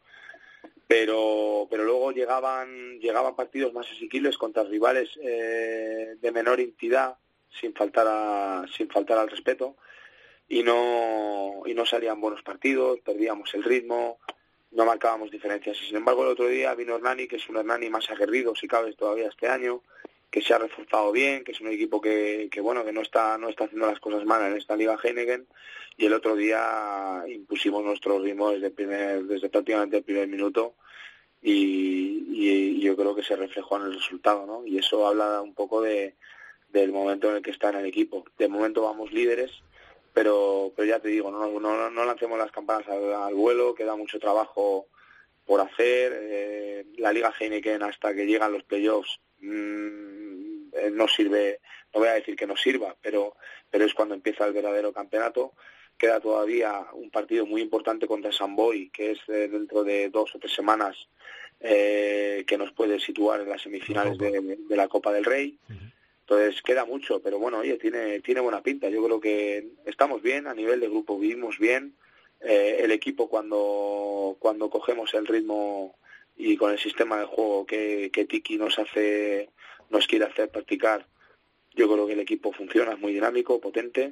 pero pero luego llegaban llegaban partidos más asequibles contra rivales eh, de menor entidad, sin faltar a, sin faltar al respeto. y no y no salían buenos partidos, perdíamos el ritmo, no marcábamos diferencias. Y sin embargo el otro día vino Hernani, que es un Hernani más aguerrido, si cabe, todavía este año, que se ha reforzado bien, que es un equipo que, que bueno, que no está no está haciendo las cosas mal en esta Liga Heineken, y el otro día impusimos nuestro ritmo desde primer desde prácticamente el primer minuto, y, y, y yo creo que se reflejó en el resultado, ¿no? Y eso habla un poco de del momento en el que está en el equipo. De momento vamos líderes, pero pero ya te digo, no no, no lancemos las campanas al, al vuelo, queda mucho trabajo por hacer. Eh, la Liga Heineken, hasta que llegan los playoffs, mmm, eh, no sirve, no voy a decir que no sirva, pero pero es cuando empieza el verdadero campeonato. Queda todavía un partido muy importante contra Sant Boi, que es eh, dentro de dos o tres semanas, eh, que nos puede situar en las semifinales de, de la Copa del Rey. Uh-huh. Entonces queda mucho, pero bueno, oye, tiene tiene buena pinta. Yo creo que estamos bien, a nivel de grupo vivimos bien. Eh, el equipo, cuando cuando cogemos el ritmo y con el sistema de juego que, que Tiki nos hace nos quiere hacer practicar, yo creo que el equipo funciona, es muy dinámico, potente,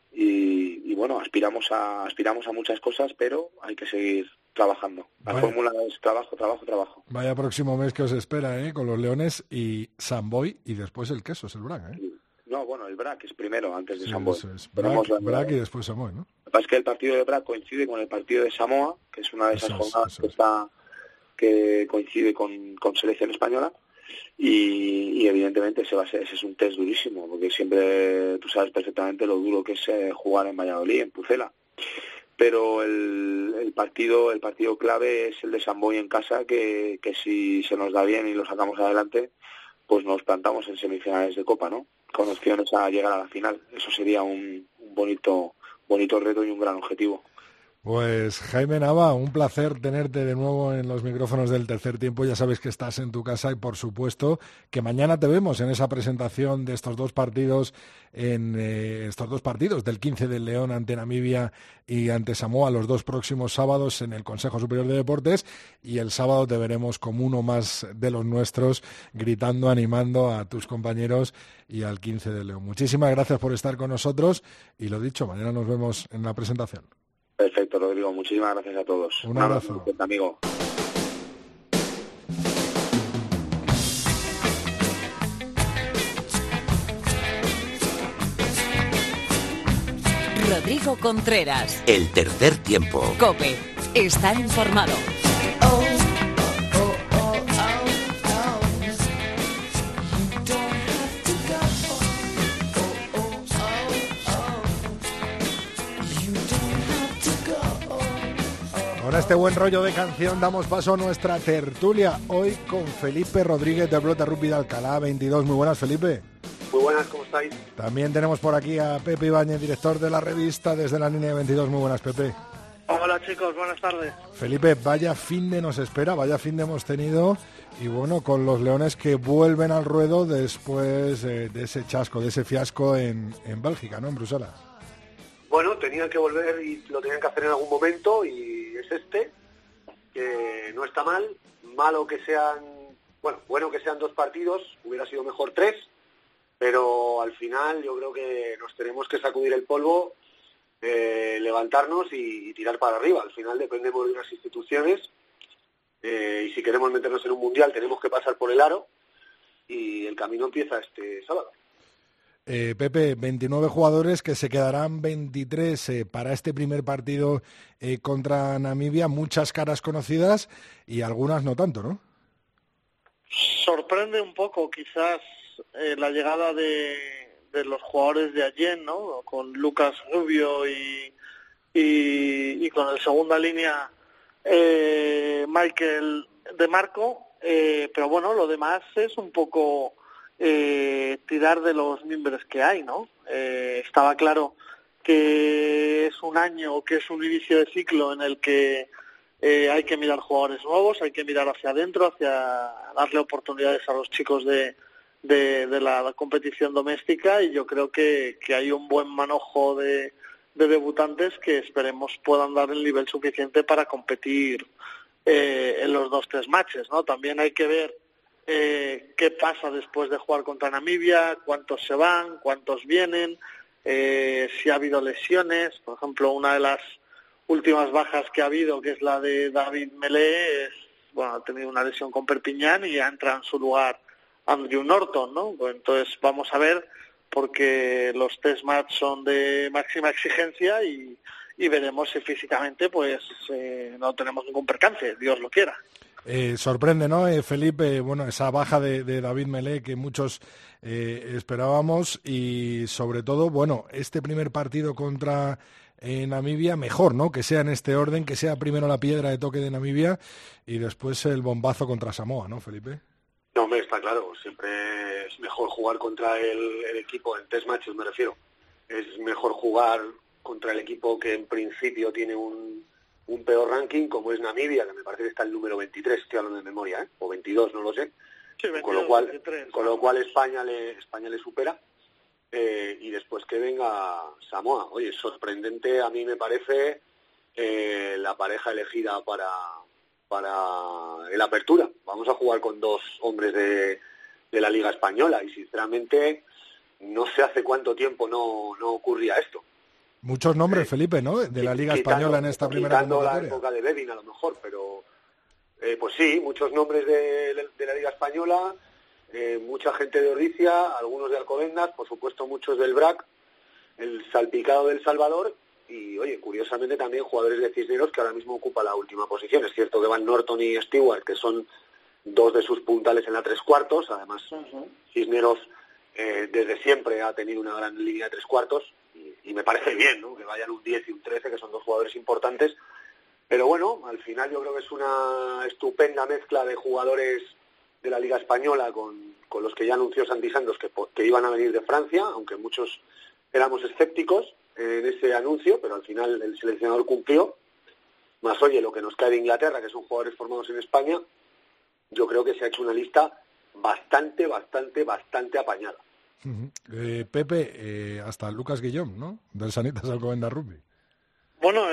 y, y bueno, aspiramos a aspiramos a muchas cosas, pero hay que seguir trabajando. La Vaya. fórmula es trabajo, trabajo, trabajo. Vaya próximo mes que os espera, ¿eh? Con los Leones y Sant Boi, y después el queso, es el Brac, ¿eh? No, bueno, el Brac es primero, antes de sí, Sant Boi. Es. Brac, la... Brac y después Sant Boi, ¿no? Lo que pasa es que el partido de Brac coincide con el partido de Samoa, que es una de esas eso jornadas es, que, es. está, que coincide con, con selección española, y, y evidentemente ese, va a ser, ese es un test durísimo, porque siempre tú sabes perfectamente lo duro que es eh, jugar en Valladolid, en Pucela. Pero el, el partido el partido clave es el de Sant Boi en casa, que, que si se nos da bien y lo sacamos adelante, pues nos plantamos en semifinales de Copa, ¿no? Con opciones a llegar a la final. Eso sería un, un bonito bonito reto y un gran objetivo. Pues Jaime Nava, un placer tenerte de nuevo en los micrófonos del Tercer Tiempo. Ya sabes que estás en tu casa y por supuesto que mañana te vemos en esa presentación de estos dos partidos, en eh, estos dos partidos del quince del León ante Namibia y ante Samoa, los dos próximos sábados en el Consejo Superior de Deportes, y el sábado te veremos como uno más de los nuestros, gritando, animando a tus compañeros y al quince del León. Muchísimas gracias por estar con nosotros y lo dicho, mañana nos vemos en la presentación. Perfecto, Rodrigo. Muchísimas gracias a todos. Un, Un abrazo. abrazo, amigo. Rodrigo Contreras. El Tercer Tiempo. COPE. Estar informado. Con este buen rollo de canción damos paso a nuestra tertulia, hoy con Felipe Rodríguez de Pelota Rugby de Alcalá veintidós. Muy buenas, Felipe. Muy buenas, ¿cómo estáis? También tenemos por aquí a Pepe Ibáñez, director de la revista Desde la Línea veintidós. Muy buenas, Pepe. Hola, chicos, buenas tardes. Felipe, vaya fin de nos espera, vaya fin de hemos tenido, y bueno, con los Leones que vuelven al ruedo después eh, de ese chasco, de ese fiasco en, en Bélgica, ¿no? En Bruselas. Bueno, tenían que volver y lo tenían que hacer en algún momento, y es este, que no está mal. Malo que sean, bueno, bueno que sean dos partidos, hubiera sido mejor tres, pero al final yo creo que nos tenemos que sacudir el polvo, eh, levantarnos y, y tirar para arriba. Al final dependemos de unas instituciones, eh, y si queremos meternos en un mundial tenemos que pasar por el aro, y el camino empieza este sábado. Eh, Pepe, veintinueve jugadores que se quedarán veintitrés eh, para este primer partido eh, contra Namibia, muchas caras conocidas y algunas no tanto, ¿no? Sorprende un poco quizás eh, la llegada de, de los jugadores de ayer, ¿no? Con Lucas Rubio y, y, y con el segunda línea eh, Michael de Marco, eh, pero bueno, lo demás es un poco... Eh, tirar de los miembros que hay, ¿no? Eh, estaba claro que es un año, que es un inicio de ciclo en el que eh, hay que mirar jugadores nuevos, hay que mirar hacia adentro, hacia darle oportunidades a los chicos de, de, de la, la competición doméstica, y yo creo que, que hay un buen manojo de, de debutantes que esperemos puedan dar el nivel suficiente para competir eh, en los dos, tres matches, ¿no? También hay que ver Eh, qué pasa después de jugar contra Namibia, cuántos se van, cuántos vienen, eh, si ha habido lesiones. Por ejemplo, una de las últimas bajas que ha habido, que es la de David Melé, es, bueno, ha tenido una lesión con Perpiñán y ya entra en su lugar Andrew Norton, ¿no? Pues entonces vamos a ver, porque los test match son de máxima exigencia y, y veremos si físicamente pues eh, no tenemos ningún percance, Dios lo quiera. Eh, sorprende, ¿no, eh, Felipe? Bueno, esa baja de, de David Melé que muchos eh, esperábamos y sobre todo, bueno, este primer partido contra eh, Namibia, mejor, ¿no? Que sea en este orden, que sea primero la piedra de toque de Namibia y después el bombazo contra Samoa, ¿no, Felipe? No, me está claro, siempre es mejor jugar contra el, el equipo, en test matches me refiero, es mejor jugar contra el equipo que en principio tiene un, un peor ranking, como es Namibia, que me parece que está el número veintitrés, estoy hablando de memoria, ¿eh? O veintidós, no lo sé, sí, veintidós, con lo cual, veintitrés, con lo cual España le, España le supera, eh, y después que venga Samoa. Oye, sorprendente a mí me parece eh, la pareja elegida para... para el Apertura. Vamos a jugar con dos hombres de, de la Liga Española y sinceramente no sé hace cuánto tiempo no, no ocurría esto. Muchos nombres, eh, Felipe, ¿no? De la Liga quitando, Española en esta primera quitando convocatoria. la época de Bevin a lo mejor, pero eh, pues sí, muchos nombres de, de la Liga Española, eh, mucha gente de Ordicia, algunos de Alcobendas, por supuesto muchos del B R A C, el salpicado del Salvador. Y, oye, curiosamente también jugadores de Cisneros que ahora mismo ocupa la última posición. Es cierto que van Norton y Stewart, que son dos de sus puntales en la tres cuartos. Además, uh-huh. Cisneros eh, desde siempre ha tenido una gran línea de tres cuartos. Y, y me parece bien, ¿no? Que vayan un diez y un trece, que son dos jugadores importantes. Pero bueno, al final yo creo que es una estupenda mezcla de jugadores de la Liga Española con, con los que ya anunció Santi Santos que, que iban a venir de Francia, aunque muchos éramos escépticos en ese anuncio, pero al final el seleccionador cumplió. Más, oye, lo que nos cae de Inglaterra, que son jugadores formados en España, yo creo que se ha hecho una lista bastante, bastante, bastante apañada. Uh-huh. eh, Pepe, eh, hasta Lucas Guillón, ¿no? Del Sanitas Alcobendas Rugby. Bueno,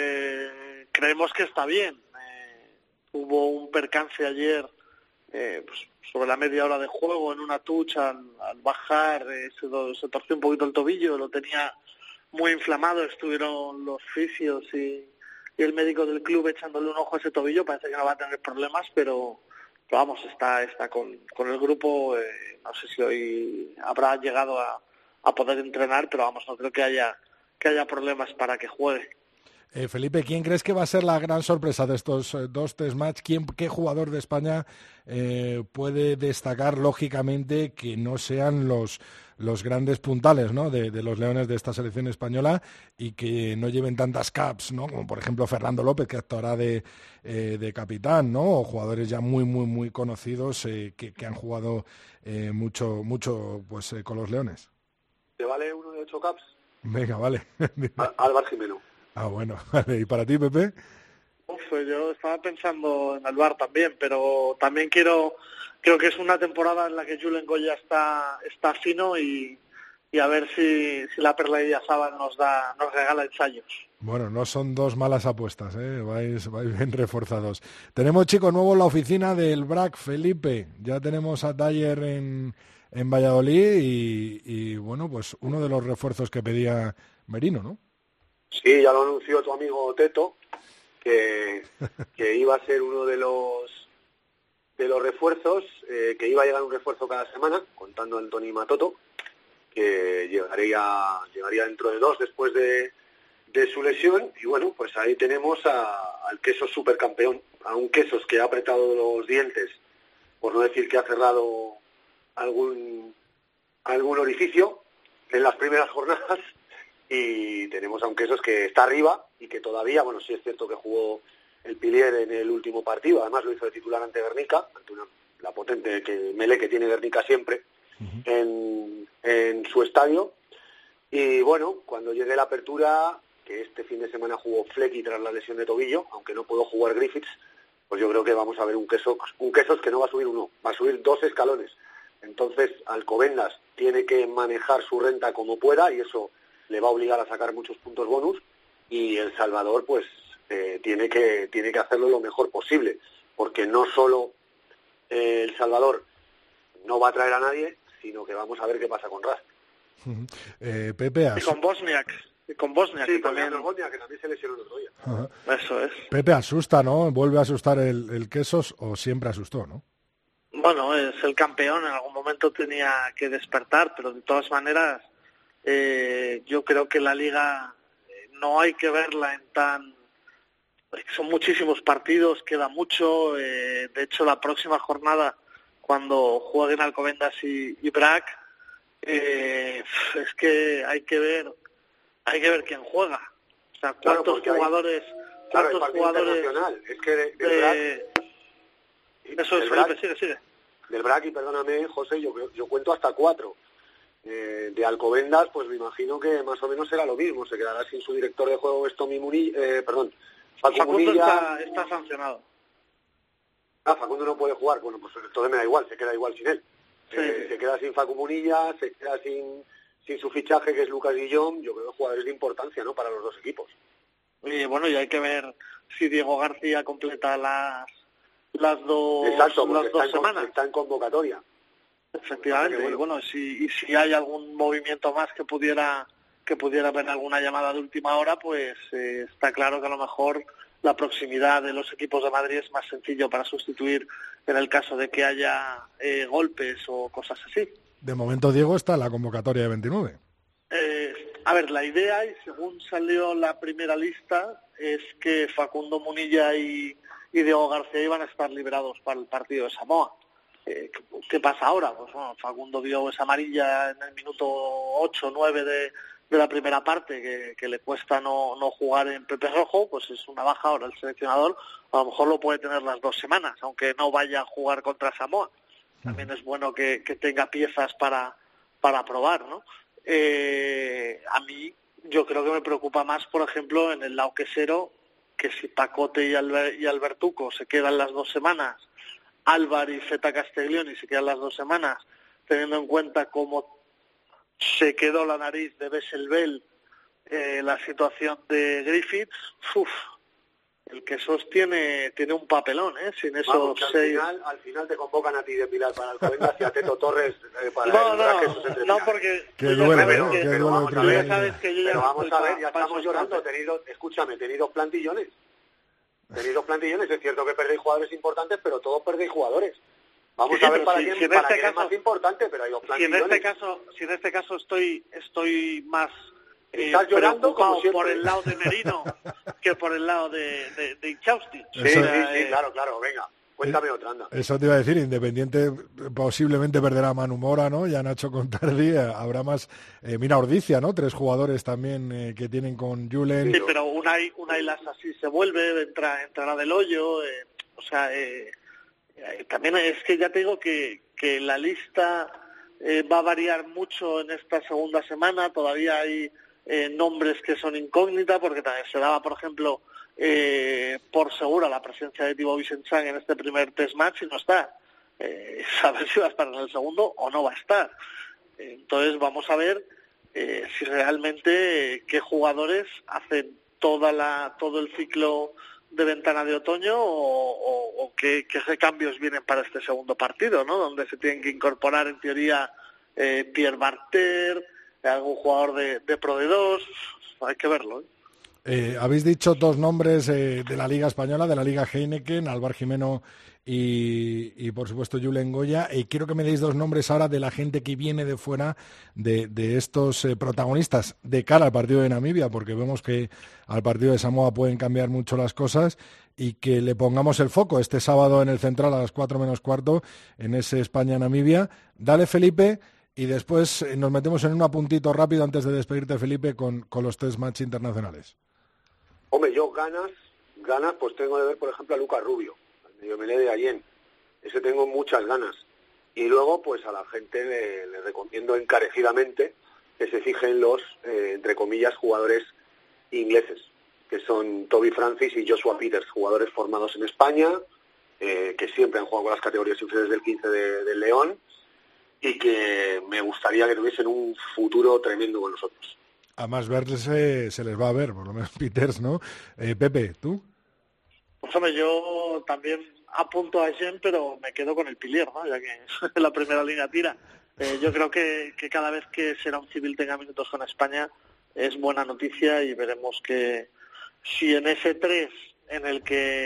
eh, creemos que está bien. Eh, hubo un percance ayer eh, pues, sobre la media hora de juego en una tucha, al, al bajar eh, se, do, se torció un poquito el tobillo, lo tenía muy inflamado, estuvieron los fisios y, y el médico del club echándole un ojo a ese tobillo, parece que no va a tener problemas, pero, pero vamos, está está con, con el grupo, eh, no sé si hoy habrá llegado a, a poder entrenar, pero vamos, no creo que haya que haya problemas para que juegue. Eh, Felipe, ¿quién crees que va a ser la gran sorpresa de estos eh, dos test match? ¿Quién, ¿Qué jugador de España eh, puede destacar, lógicamente, que no sean los, los grandes puntales, ¿no? de, de los leones de esta selección española y que no lleven tantas caps, ¿no? Como por ejemplo Fernando López, que actuará de, eh, de capitán, ¿no? O jugadores ya muy, muy, muy conocidos eh, que, que han jugado eh, mucho, mucho pues eh, con los leones? ¿Te vale uno de ocho caps? Venga, vale. Álvaro Jimeno. Ah, bueno. ¿Y para ti, Pepe? Uf, yo estaba pensando en Alvar también, pero también quiero, creo que es una temporada en la que Julen Goya está, está fino y, y a ver si, si la Perla de Idiazábal nos da, nos regala ensayos. Bueno, no son dos malas apuestas, ¿eh? Vais, vais bien reforzados. Tenemos, chicos, nuevo en la oficina del B R A C, Felipe. Ya tenemos a Dyer en, en Valladolid y, y, bueno, pues uno de los refuerzos que pedía Merino, ¿no? Sí, ya lo anunció tu amigo Teto, que, que iba a ser uno de los de los refuerzos, eh, que iba a llegar un refuerzo cada semana, contando a Antoni Matoto, que llegaría llegaría dentro de dos después de, de su lesión. Y bueno, pues ahí tenemos a, al Quesos supercampeón, a un Quesos que ha apretado los dientes, por no decir que ha cerrado algún algún orificio en las primeras jornadas. Y tenemos a un Quesos que está arriba y que todavía, bueno, sí es cierto que jugó el Pilier en el último partido, además lo hizo de titular ante Guernica, ante una, la potente que Melé que tiene Guernica siempre, uh-huh. en, en su estadio. Y bueno, cuando llegue la apertura, que este fin de semana jugó Flecky tras la lesión de tobillo, aunque no pudo jugar Griffiths, pues yo creo que vamos a ver un Quesos, un Quesos que no va a subir uno, va a subir dos escalones. Entonces Alcobendas tiene que manejar su renta como pueda y eso le va a obligar a sacar muchos puntos bonus, y El Salvador pues eh, tiene que tiene que hacerlo lo mejor posible, porque no solo eh, El Salvador no va a traer a nadie, sino que vamos a ver qué pasa con Rast. Eh, Pepe, Y as- con Bosniak, y con Bosniak Sí, que con también... Leandro Bosnia, que también se lesionó el otro día. Ajá. Eso es. Pepe asusta, ¿no? Vuelve a asustar el, el Quesos o siempre asustó, ¿no? Bueno, es el campeón, en algún momento tenía que despertar, pero de todas maneras eh, yo creo que la Liga eh, no hay que verla en tan... Son muchísimos partidos, queda mucho, eh, de hecho la próxima jornada, cuando jueguen Alcobendas y, y Brac, eh, es que hay que ver hay que ver quién juega. O sea, Claro, cuántos porque hay- jugadores... Claro, el cuántos partido jugadores internacional. Es que de, del eh, Brac, Eso es, del Felipe, Brac- sigue, sigue. del Brac, y perdóname, José, yo, creo- yo cuento hasta cuatro. Eh, de Alcobendas, pues me imagino que más o menos será lo mismo. Se quedará sin su director de juego, Estomi Munilla, eh, perdón, Facu Facundo Munilla. está, está sancionado. Ah, Facundo no puede jugar. Bueno, pues entonces me da igual, se queda igual sin él. Sí. Eh, se queda sin Facu Munilla, se queda sin, sin su fichaje, que es Lucas Guillón. Yo creo que jugadores de importancia, ¿no?, para los dos equipos. Y bueno, y hay que ver si Diego García completa las las dos, Exacto, porque las está dos en, con- semanas. está en convocatoria. Efectivamente. Bueno. Y bueno, si, y si hay algún movimiento más que pudiera que pudiera haber alguna llamada de última hora, pues eh, está claro que a lo mejor la proximidad de los equipos de Madrid es más sencillo para sustituir en el caso de que haya eh, golpes o cosas así. De momento, Diego está en la convocatoria de veintinueve. Eh, a ver, la idea, y según salió la primera lista, es que Facundo Munilla y, y Diego García iban a estar liberados para el partido de Samoa. Eh, ¿qué, qué pasa ahora? Pues bueno, Facundo vio esa amarilla en el minuto ocho o nueve de, de la primera parte, que, que le cuesta no, no jugar en Pepe Rojo, pues es una baja ahora el seleccionador. A lo mejor lo puede tener las dos semanas, aunque no vaya a jugar contra Samoa. También es bueno que, que tenga piezas para, para probar, ¿no? Eh, a mí, yo creo que me preocupa más, por ejemplo, en el lado quesero, que si Pacote y, Alber, y Albertuco se quedan las dos semanas, Álvar y Feta Castiglioni se quedan las dos semanas, teniendo en cuenta cómo se quedó la nariz de Besselbel, eh, la situación de Griffiths, uf, el Quesos tiene, tiene un papelón, ¿eh? Sin esos Vamos, que al seis... final, al final te convocan a ti de Pilar para Alcobendas y a Teto Torres eh, para No, el Brac, no, Jesús entre no, Pilar. porque... Qué tú ya duelo, sabes ¿no? que- Qué pero duelo vamos de a ver, ya primera sabes línea. que yo ya Pero no vamos estoy a ver, pa- ya pa estamos esos llorando. campos. Tenéis dos, escúchame, tenéis dos plantillones. Tenéis dos plantillones. Es cierto que perdéis jugadores importantes, pero todos perdéis jugadores. Vamos Sí, a ver pero para si- quién, si en para este quién es caso- más importante, pero hay dos Si en plantillones. este caso, si en este caso estoy estoy más eh, Estás llorando como preocupado siempre. por el lado de Merino que por el lado de, de, de Inchausti. Sí, Eso- sí, O sea, sí, eh, claro, claro, venga. Cuéntame otra, anda. Eso te iba a decir, Independiente posiblemente perderá a Manu Mora, ¿no? Ya Nacho Contardi, eh, habrá más... Eh, mira, Ordicia, ¿no? Tres jugadores también eh, que tienen con Julen. Sí, pero Unai, Unai Lassa sí se vuelve, entra, entrará del hoyo, eh, o sea, eh, eh, también es que ya te digo que, que la lista eh, va a variar mucho en esta segunda semana, todavía hay eh, nombres que son incógnitas, porque también se daba, por ejemplo, eh, por segura la presencia de Thibaut Vicençant en este primer test match y no está. Eh, saber si va a estar en el segundo o no va a estar. Entonces vamos a ver eh, si realmente eh, qué jugadores hacen toda la todo el ciclo de ventana de otoño o, o, o qué, qué recambios vienen para este segundo partido, ¿no? Donde se tienen que incorporar en teoría eh, Pierre Barter, algún jugador de, de Pro de dos, hay que verlo, ¿eh? Eh, habéis dicho dos nombres eh, de la Liga Española, de la Liga Heineken, Álvar Jimeno y, y por supuesto Julen Goya. Y quiero que me deis dos nombres ahora de la gente que viene de fuera, de, de estos eh, protagonistas de cara al partido de Namibia, porque vemos que al partido de Samoa pueden cambiar mucho las cosas, y que le pongamos el foco este sábado en el Central a las cuatro menos cuarto en ese España-Namibia. Dale, Felipe. Y después eh, nos metemos en un apuntito rápido antes de despedirte, Felipe, con, con los tres matches internacionales. Hombre, yo ganas, ganas, pues tengo de ver, por ejemplo, a Lucas Rubio, al medio melé de Allen. Ese tengo muchas ganas. Y luego, pues a la gente le, le recomiendo encarecidamente que se fijen los, eh, entre comillas, jugadores ingleses, que son Toby Francis y Joshua Peters, jugadores formados en España, eh, que siempre han jugado con las categorías inferiores del quince de, del León, y que me gustaría que tuviesen un futuro tremendo con nosotros. Además, verles eh, se les va a ver, por lo menos Peters, ¿no? Eh, Pepe, ¿tú? Pues hombre, yo también apunto a Jen, pero me quedo con el Pilier, ¿no? Ya que la primera línea tira. Eh, yo creo que, que cada vez que Será un Civil tenga minutos con España es buena noticia y veremos que si en ese tres en el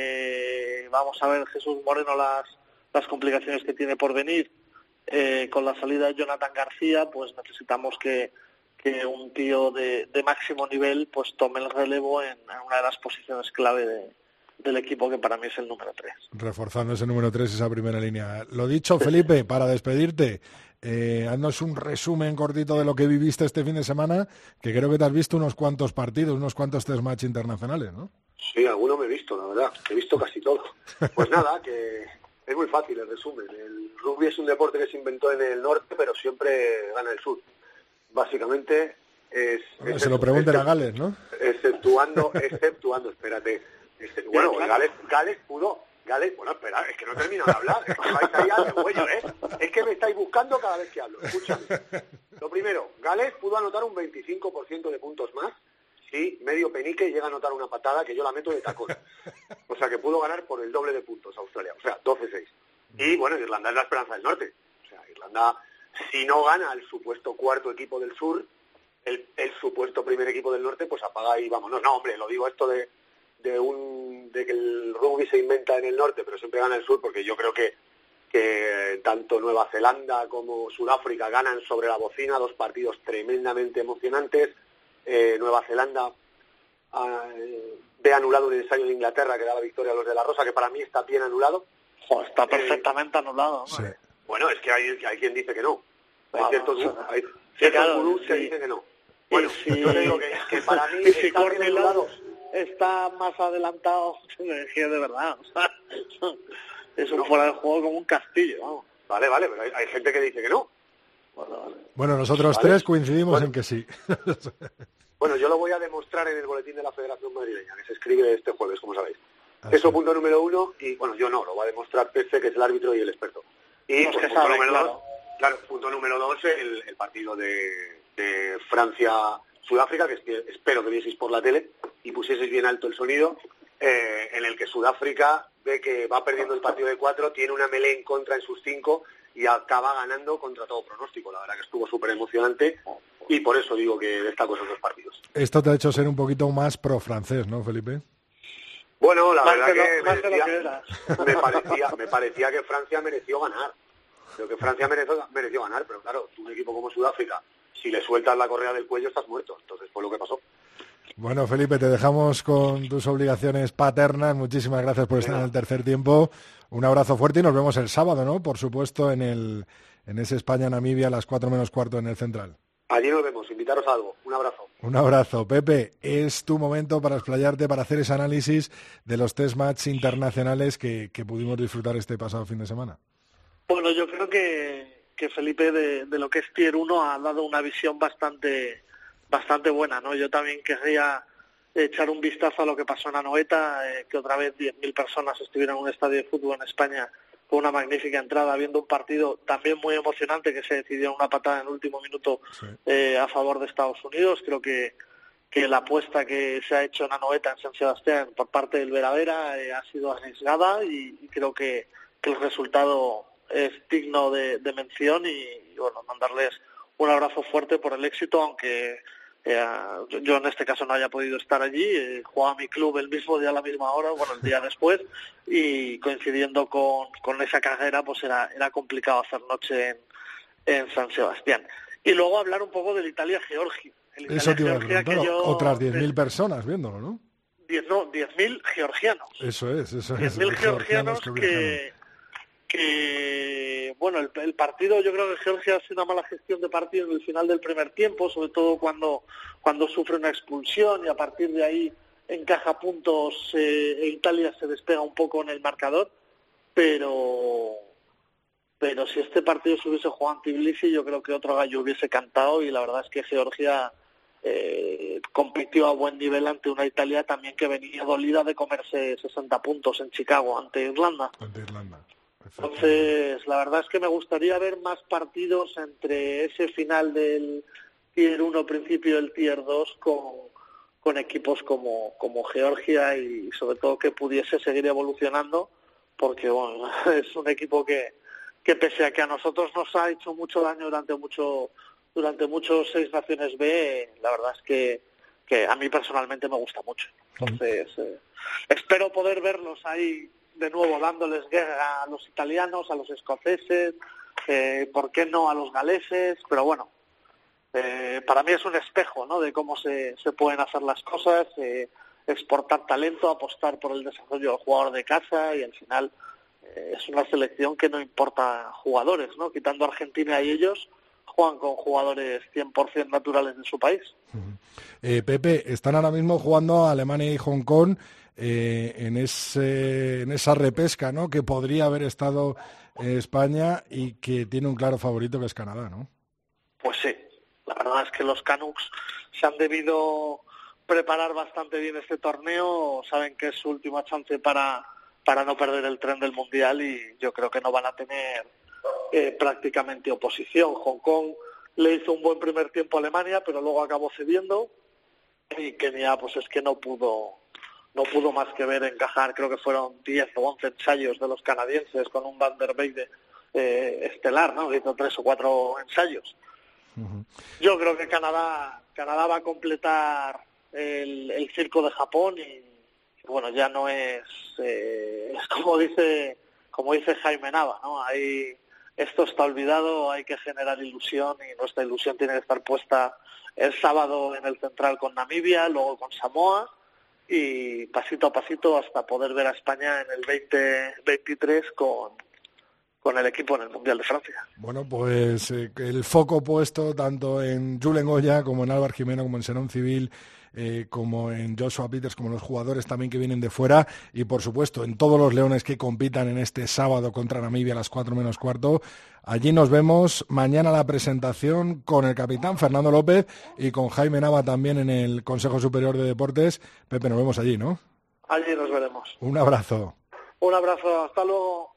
que vamos a ver Jesús Moreno las, las complicaciones que tiene por venir, eh, con la salida de Jonathan García, pues necesitamos que, que un tío de, de máximo nivel pues tome el relevo en, en una de las posiciones clave de, del equipo, que para mí es el número tres. Reforzando ese número tres, esa primera línea. Lo dicho, Felipe, para despedirte, eh, haznos un resumen cortito de lo que viviste este fin de semana, que creo que te has visto unos cuantos partidos, unos cuantos test match internacionales, ¿no? Sí, alguno me he visto, la verdad. He visto casi todo. Pues nada, que es muy fácil el resumen. El rugby es un deporte que se inventó en el norte, pero siempre gana el sur. Básicamente es... Bueno, es se lo eso, pregunten except- a Gales, ¿no? Exceptuando, exceptuando, espérate. Exce- bueno, claro. Gales, Gales pudo... Gales, bueno, espera, es que no termino de hablar. Es que vais ahí al cuello, ¿eh? Es que me estáis buscando cada vez que hablo. Escúchame. Lo primero, Gales pudo anotar un veinticinco por ciento de puntos más si medio penique llega a anotar una patada que yo la meto de tacón. O sea, que pudo ganar por el doble de puntos Australia. O sea, doce seis. Y, bueno, Irlanda es la esperanza del norte. O sea, Irlanda, si no gana al supuesto cuarto equipo del sur, el, el supuesto primer equipo del norte, pues apaga y vámonos. No, hombre, lo digo esto de, de un de que el rugby se inventa en el norte, pero siempre gana el sur, porque yo creo que, que tanto Nueva Zelanda como Sudáfrica ganan sobre la bocina, dos partidos tremendamente emocionantes. Eh, Nueva Zelanda ah, ve anulado un ensayo de Inglaterra que da la victoria a los de la Rosa, que para mí está bien anulado. Jo, está perfectamente eh, anulado, ¿no? Sí. Bueno, es que hay, hay quien dice que no. Hay Wow, ciertos, o sea, hay sí, ciertos claro, gurús sí. que dicen que no. Bueno, sí. yo te digo que, que para mí Y si está bien Courtney anulado. Love está más adelantado, es que de verdad, o sea, es un No. fuera de juego como un castillo, vamos. Vale, vale, pero hay, hay gente que dice que no. Bueno, vale. Bueno, nosotros Vale. tres coincidimos Bueno. en que sí. Bueno, yo lo voy a demostrar en el boletín de la Federación Madrileña, que se escribe este jueves, como sabéis. Ah, Eso sí. punto número uno, y bueno, yo no, lo va a demostrar Pece, que es el árbitro y el experto. Y Los pues, que punto saben, número claro. dos, claro, punto número dos, el, el partido de, de Francia-Sudáfrica, que esp- espero que vieseis por la tele y pusieseis bien alto el sonido, eh, en el que Sudáfrica ve que va perdiendo el partido de cuatro, tiene una melee en contra en sus cinco y acaba ganando contra todo pronóstico. La verdad que estuvo súper emocionante y por eso digo que destaco esos dos partidos. Esto te ha hecho ser un poquito más pro-francés, ¿no, Felipe? Bueno, la Más verdad de lo- que, más de lo merecía, que eras. me parecía me parecía que Francia mereció ganar. Creo que Francia mereció, mereció ganar, pero claro, un equipo como Sudáfrica, si le sueltas la correa del cuello estás muerto. Entonces fue lo que pasó. Bueno, Felipe, te dejamos con tus obligaciones paternas. Muchísimas gracias por estar en el tercer tiempo. Un abrazo fuerte y nos vemos el sábado, ¿no? Por supuesto, en el en ese España-Namibia a las cuatro menos cuarto en el Central. Allí nos vemos, invitaros a algo. Un abrazo. Un abrazo. Pepe, es tu momento para explayarte, para hacer ese análisis de los test match internacionales que, que pudimos disfrutar este pasado fin de semana. Bueno, yo creo que, que Felipe de, de lo que es Tier uno ha dado una visión bastante bastante buena, ¿no? Yo también querría echar un vistazo a lo que pasó en Anoeta, eh, que otra vez diez mil personas estuvieron en un estadio de fútbol en España con una magnífica entrada, viendo un partido también muy emocionante que se decidió en una patada en el último minuto Sí. eh, a favor de Estados Unidos. Creo que, que la apuesta que se ha hecho en Anoeta, en San Sebastián, por parte del Veravera eh, ha sido arriesgada y, y creo que, que el resultado es digno de, de mención y, y, bueno, mandarles un abrazo fuerte por el éxito, aunque eh, yo, yo en este caso no haya podido estar allí. Eh, jugaba mi club el mismo día a la misma hora, bueno, el día después, y coincidiendo con, con esa carrera, pues era, era complicado hacer noche en, en San Sebastián. Y luego hablar un poco del Italia-Georgia. El Eso te iba a Italia-Georgia preguntar. que yo- Otras diez mil personas viéndolo, ¿no? diez, no, diez mil georgianos. Eso es, eso es. diez mil georgianos georgianos. que, que, bueno, el, el partido, yo creo que Georgia hace una mala gestión de partido en el final del primer tiempo, sobre todo cuando, cuando sufre una expulsión y a partir de ahí encaja puntos eh, e Italia se despega un poco en el marcador, pero pero si este partido se hubiese jugado en Tbilisi, yo creo que otro gallo hubiese cantado y la verdad es que Georgia eh, compitió a buen nivel ante una Italia también que venía dolida de comerse sesenta puntos en Chicago ante Irlanda. Ante Irlanda. Entonces, la verdad es que me gustaría ver más partidos entre ese final del Tier uno, principio del Tier dos, con, con equipos como, como Georgia y sobre todo que pudiese seguir evolucionando, porque bueno, es un equipo que, que pese a que a nosotros nos ha hecho mucho daño durante mucho durante muchos Seis Naciones B, la verdad es que, que a mí personalmente me gusta mucho. Entonces, eh, espero poder verlos ahí de nuevo dándoles guerra a los italianos, a los escoceses, eh, ¿por qué no a los galeses? Pero bueno, eh, para mí es un espejo, ¿no?, de cómo se, se pueden hacer las cosas, eh, exportar talento, apostar por el desarrollo del jugador de casa, y al final eh, es una selección que no importa jugadores, ¿no? Quitando a Argentina y ellos, juegan con jugadores cien por ciento naturales de su país. Uh-huh. eh, Pepe, están ahora mismo jugando a Alemania y Hong Kong eh, en, ese, en esa repesca, ¿no?, que podría haber estado eh, España, y que tiene un claro favorito, que es Canadá, ¿no? Pues sí, la verdad es que los Canucks se han debido preparar bastante bien este torneo, saben que es su última chance para, para no perder el tren del Mundial, y yo creo que no van a tener eh, prácticamente oposición. Hong Kong le hizo un buen primer tiempo a Alemania, pero luego acabó cediendo, y Kenia pues es que no pudo no pudo más que ver encajar, creo que fueron diez o once ensayos de los canadienses con un Van der Weyde eh, estelar, ¿no?, que hizo tres o cuatro ensayos. Uh-huh. Yo creo que Canadá Canadá va a completar el, el circo de Japón, y bueno, ya no es, eh, es como dice como dice Jaime Nava, ¿no? Ahí esto está olvidado, hay que generar ilusión, y nuestra ilusión tiene que estar puesta el sábado en el Central con Namibia, luego con Samoa, y pasito a pasito hasta poder ver a España en el veinte veintitrés con, con el equipo en el Mundial de Francia. Bueno, pues eh, el foco puesto tanto en Julen Goya como en Álvaro Jimeno, como en Senón Civil, eh, como en Joshua Peters, como en los jugadores también que vienen de fuera, y por supuesto en todos los leones que compitan en este sábado contra Namibia a las cuatro menos cuarto. Allí nos vemos mañana la presentación con el capitán Fernando López y con Jaime Nava también en el Consejo Superior de Deportes. Pepe, nos vemos allí, ¿no? Allí nos veremos. Un abrazo. Un abrazo, hasta luego.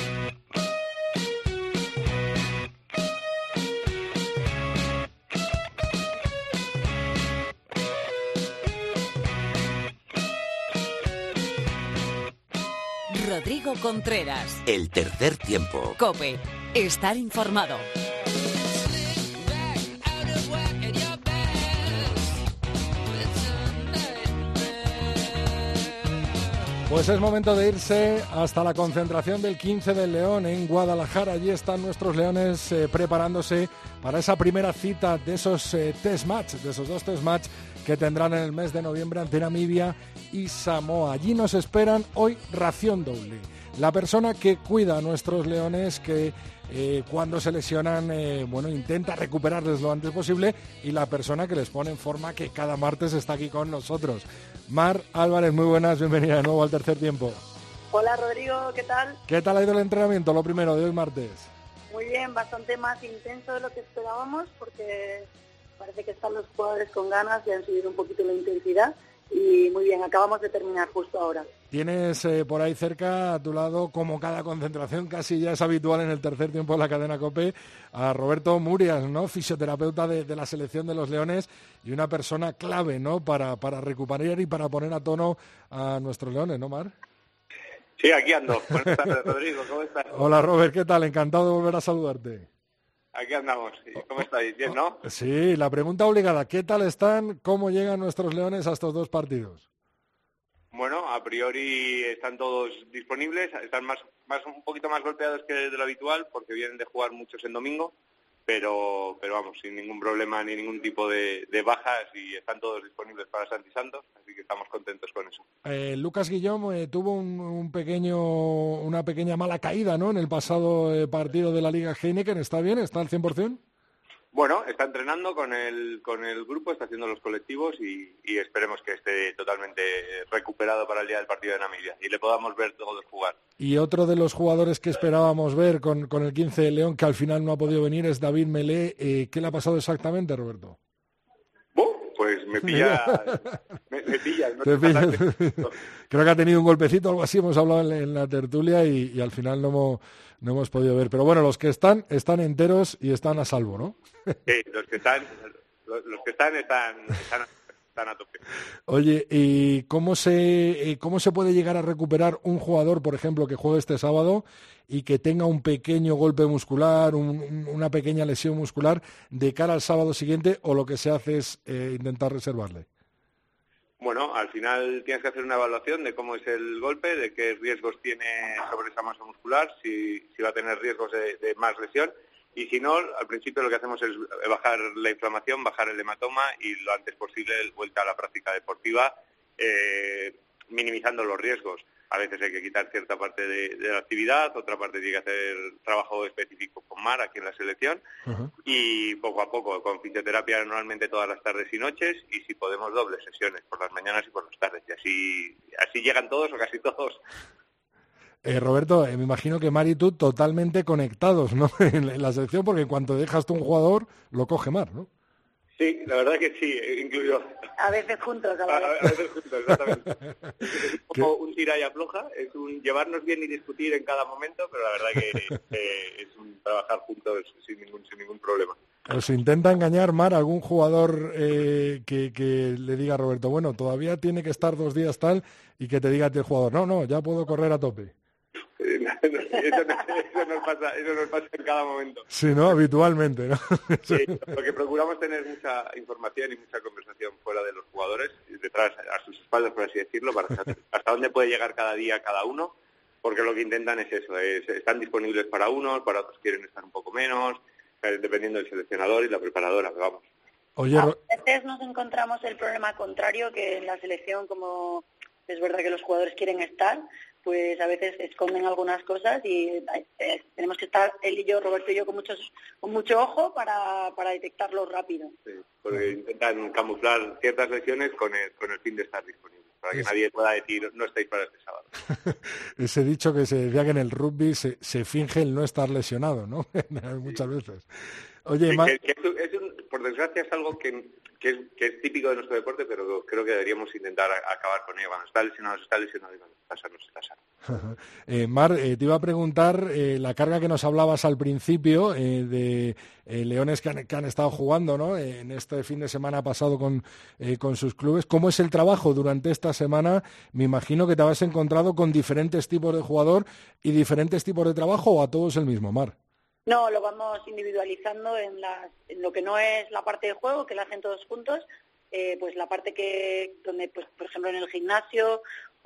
Rodrigo Contreras. El tercer tiempo. COPE. Estar informado. Pues es momento de irse hasta la concentración del quince del León en Guadalajara. Allí están nuestros leones eh, preparándose para esa primera cita de esos eh, test match, de esos dos test match que tendrán en el mes de noviembre ante Namibia y Samoa. Allí nos esperan hoy ración doble. La persona que cuida a nuestros leones, que eh, cuando se lesionan, eh, bueno, intenta recuperarles lo antes posible, y la persona que les pone en forma, que cada martes está aquí con nosotros. Mar Álvarez, muy buenas, bienvenida de nuevo al tercer tiempo. Hola Rodrigo, ¿qué tal? ¿Qué tal ha ido el entrenamiento, lo primero de hoy martes? Muy bien, bastante más intenso de lo que esperábamos, porque parece que están los jugadores con ganas y han subido un poquito la intensidad, y muy bien, acabamos de terminar justo ahora. Tienes eh, por ahí cerca, a tu lado, como cada concentración casi ya es habitual en el tercer tiempo de la cadena COPE, a Roberto Murias, ¿no?, fisioterapeuta de, de la selección de los Leones, y una persona clave, ¿no?, para, para recuperar y para poner a tono a nuestros Leones, ¿no, Mar? Sí, aquí ando. Buenas tardes, Rodrigo, ¿cómo estás? Hola, Robert, ¿qué tal? Encantado de volver a saludarte. Aquí andamos. ¿Cómo estáis? ¿Bien, no? Sí, la pregunta obligada, ¿qué tal están? ¿Cómo llegan nuestros Leones a estos dos partidos? Bueno, a priori están todos disponibles, están más, más un poquito más golpeados que de lo habitual, porque vienen de jugar muchos en domingo, pero pero vamos, sin ningún problema ni ningún tipo de, de bajas, y están todos disponibles para Santi Santos, así que estamos contentos con eso. Eh, Lucas Guillón eh, tuvo un, un pequeño, una pequeña mala caída, ¿no?, en el pasado eh, partido de la Liga Heineken. ¿Está bien? ¿Está al cien por ciento? Bueno, está entrenando con el con el grupo, está haciendo los colectivos, y, y esperemos que esté totalmente recuperado para el día del partido de Namibia y le podamos ver todos jugar. Y otro de los jugadores que esperábamos ver con, con el quince de León, que al final no ha podido venir, es David Melé. Eh, ¿Qué le ha pasado exactamente, Roberto? Pues me pilla, me, me pilla, no te pillas. Creo que ha tenido un golpecito, algo así, hemos hablado en, en la tertulia, y, y al final no hemos, no hemos podido ver. Pero bueno, los que están, están enteros y están a salvo, ¿no? Sí, los que están, los, los que están, están, están, están a tope. Oye, ¿y cómo se, cómo se puede llegar a recuperar un jugador, por ejemplo, que juegue este sábado y que tenga un pequeño golpe muscular, un, una pequeña lesión muscular de cara al sábado siguiente, o lo que se hace es eh, intentar reservarle? Bueno, al final tienes que hacer una evaluación de cómo es el golpe, de qué riesgos tiene sobre esa masa muscular, si, si va a tener riesgos de, de más lesión, y si no, al principio lo que hacemos es bajar la inflamación, bajar el hematoma y lo antes posible vuelta a la práctica deportiva, eh, minimizando los riesgos. A veces hay que quitar cierta parte de, de la actividad, otra parte tiene que hacer trabajo específico con Mar aquí en la selección, uh-huh. y poco a poco, con fisioterapia normalmente todas las tardes y noches, y si podemos dobles sesiones, por las mañanas y por las tardes, y así, así llegan todos o casi todos. Eh, Roberto, eh, me imagino que Mar y tú totalmente conectados, ¿no? en, en la selección, porque en cuanto dejas tú un jugador, lo coge Mar, ¿no? Sí, la verdad que sí, incluyo. A veces juntos, a, a, a veces juntos, exactamente. Es como un tira y afloja, es un llevarnos bien y discutir en cada momento, pero la verdad que eh, es un trabajar juntos sin ningún sin ningún problema. ¿Os intenta engañar, Mar, algún jugador eh, que, que le diga a Roberto, bueno, todavía tiene que estar dos días tal, y que te diga a ti el jugador, no, no, ya puedo correr a tope? Eso, no, eso, nos pasa, eso nos pasa en cada momento. Sí, ¿no? Habitualmente, ¿no? Sí, porque procuramos tener mucha información y mucha conversación fuera de los jugadores, detrás, a sus espaldas, por así decirlo, para saber hasta dónde puede llegar cada día cada uno, porque lo que intentan es eso, es, están disponibles para unos, para otros quieren estar un poco menos, dependiendo del seleccionador y la preparadora, vamos. Oye, a veces nos encontramos el problema contrario, que en la selección, como es verdad que los jugadores quieren estar, pues a veces esconden algunas cosas y eh, tenemos que estar él y yo, Roberto y yo, con muchos con mucho ojo para, para detectarlo rápido. Sí, porque intentan camuflar ciertas lesiones con el, con el fin de estar disponibles, para que es... nadie pueda decir, no estáis para este sábado. Ese dicho que se decía que en el rugby se, se finge el no estar lesionado, ¿no? Muchas veces. Oye, sí, Ma... que, que es, es un, por desgracia es algo que, que, es, que es típico de nuestro deporte, pero creo que deberíamos intentar a, acabar con ello. Cuando está lesionado, está lesionado, y cuando está sano, está sano. eh, Mar, eh, te iba a preguntar eh, la carga que nos hablabas al principio eh, de eh, leones que han, que han estado jugando, ¿no? Eh, en este fin de semana pasado con, eh, con sus clubes. ¿Cómo es el trabajo durante esta semana? Me imagino que te has encontrado con diferentes tipos de jugador y diferentes tipos de trabajo, ¿o a todos el mismo, Mar? No, lo vamos individualizando en, las, en lo que no es la parte de juego, que la hacen todos juntos, eh, pues la parte que, donde, pues por ejemplo en el gimnasio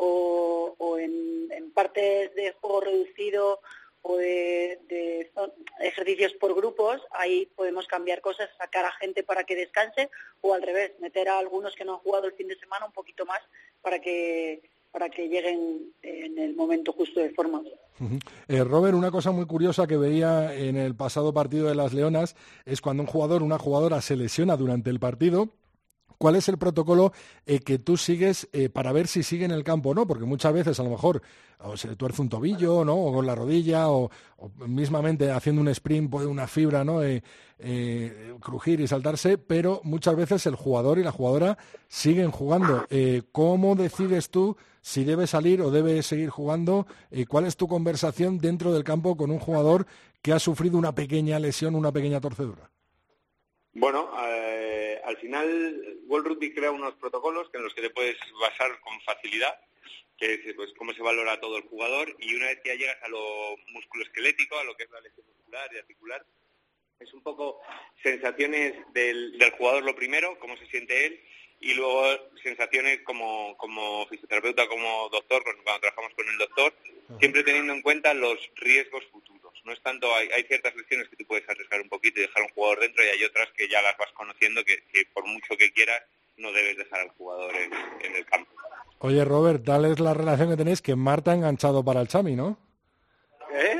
o, o en, en partes de juego reducido o de, de ejercicios por grupos, ahí podemos cambiar cosas, sacar a gente para que descanse, o al revés, meter a algunos que no han jugado el fin de semana un poquito más para que para que lleguen en el momento justo de forma. Uh-huh. Eh, Robert, una cosa muy curiosa que veía en el pasado partido de las Leonas es cuando un jugador o una jugadora se lesiona durante el partido, ¿cuál es el protocolo eh, que tú sigues eh, para ver si sigue en el campo o no? Porque muchas veces a lo mejor o se tuerce un tobillo, ¿no? O con la rodilla, o, o mismamente haciendo un sprint puede una fibra, ¿no? Eh, eh, crujir y saltarse, pero muchas veces el jugador y la jugadora siguen jugando. Eh, ¿Cómo decides tú si debe salir o debe seguir jugando? Eh, ¿Cuál es tu conversación dentro del campo con un jugador que ha sufrido una pequeña lesión, una pequeña torcedura? Bueno, eh, al final World Rugby crea unos protocolos en los que te puedes basar con facilidad, que es pues cómo se valora todo el jugador, y una vez que ya llegas a lo musculoesquelético, a lo que es la lesión muscular y articular, es un poco sensaciones del, del jugador lo primero, cómo se siente él, y luego sensaciones como, como fisioterapeuta, como doctor, cuando trabajamos con el doctor, siempre teniendo en cuenta los riesgos futuros. No es tanto, hay, hay ciertas lesiones que tú puedes arriesgar un poquito y dejar a un jugador dentro, y hay otras que ya las vas conociendo, que, que por mucho que quieras, no debes dejar al jugador en, en el campo. Oye, Robert, tal es la relación que tenéis que Marta ha enganchado para el Chami, ¿no? ¿Eh?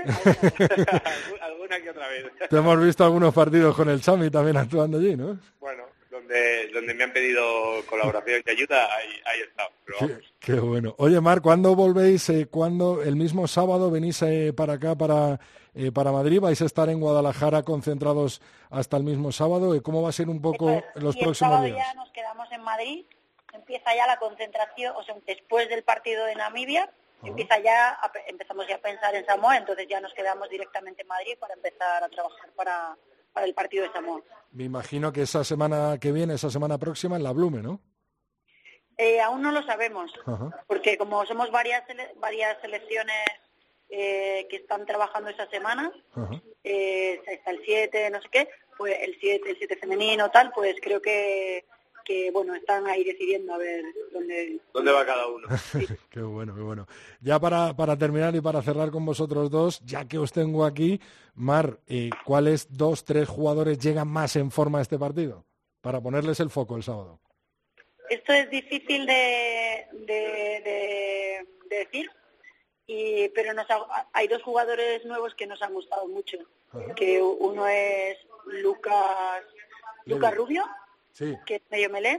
Alguna que otra vez. Te hemos visto algunos partidos con el Chami también actuando allí, ¿no? Bueno, donde donde me han pedido colaboración y ayuda, ahí, ahí he estado. Pero qué, qué bueno. Oye, Mar, ¿cuándo volvéis? Eh, ¿Cuándo el mismo sábado venís eh, para acá, para eh, para Madrid? ¿Vais a estar en Guadalajara concentrados hasta el mismo sábado? ¿Cómo va a ser un poco Eso, los y próximos el días? sábado ya nos quedamos en Madrid, empieza ya la concentración, o sea, después del partido de Namibia, uh-huh. empieza ya a, empezamos ya a pensar en Samoa, entonces ya nos quedamos directamente en Madrid para empezar a trabajar para, para el partido de Samoa. Me imagino que esa semana que viene, esa semana próxima, en la Blume, ¿no? Eh, aún no lo sabemos, Ajá. porque como somos varias sele- varias selecciones eh, que están trabajando esa semana, Ajá. eh, está el siete, no sé qué, pues el siete, el siete femenino, tal, pues creo que, que bueno, están ahí decidiendo a ver dónde... ¿Dónde va cada uno? Qué bueno, qué bueno. Ya para, para terminar y para cerrar con vosotros dos, ya que os tengo aquí, Mar, eh, ¿cuáles dos, tres jugadores llegan más en forma a este partido? Para ponerles el foco el sábado. Esto es difícil de, de, de, de decir, y, pero nos ha- hay dos jugadores nuevos que nos han gustado mucho. Ajá. Que uno es Lucas, Lucas Leve. Rubio, Sí, que es medio melé,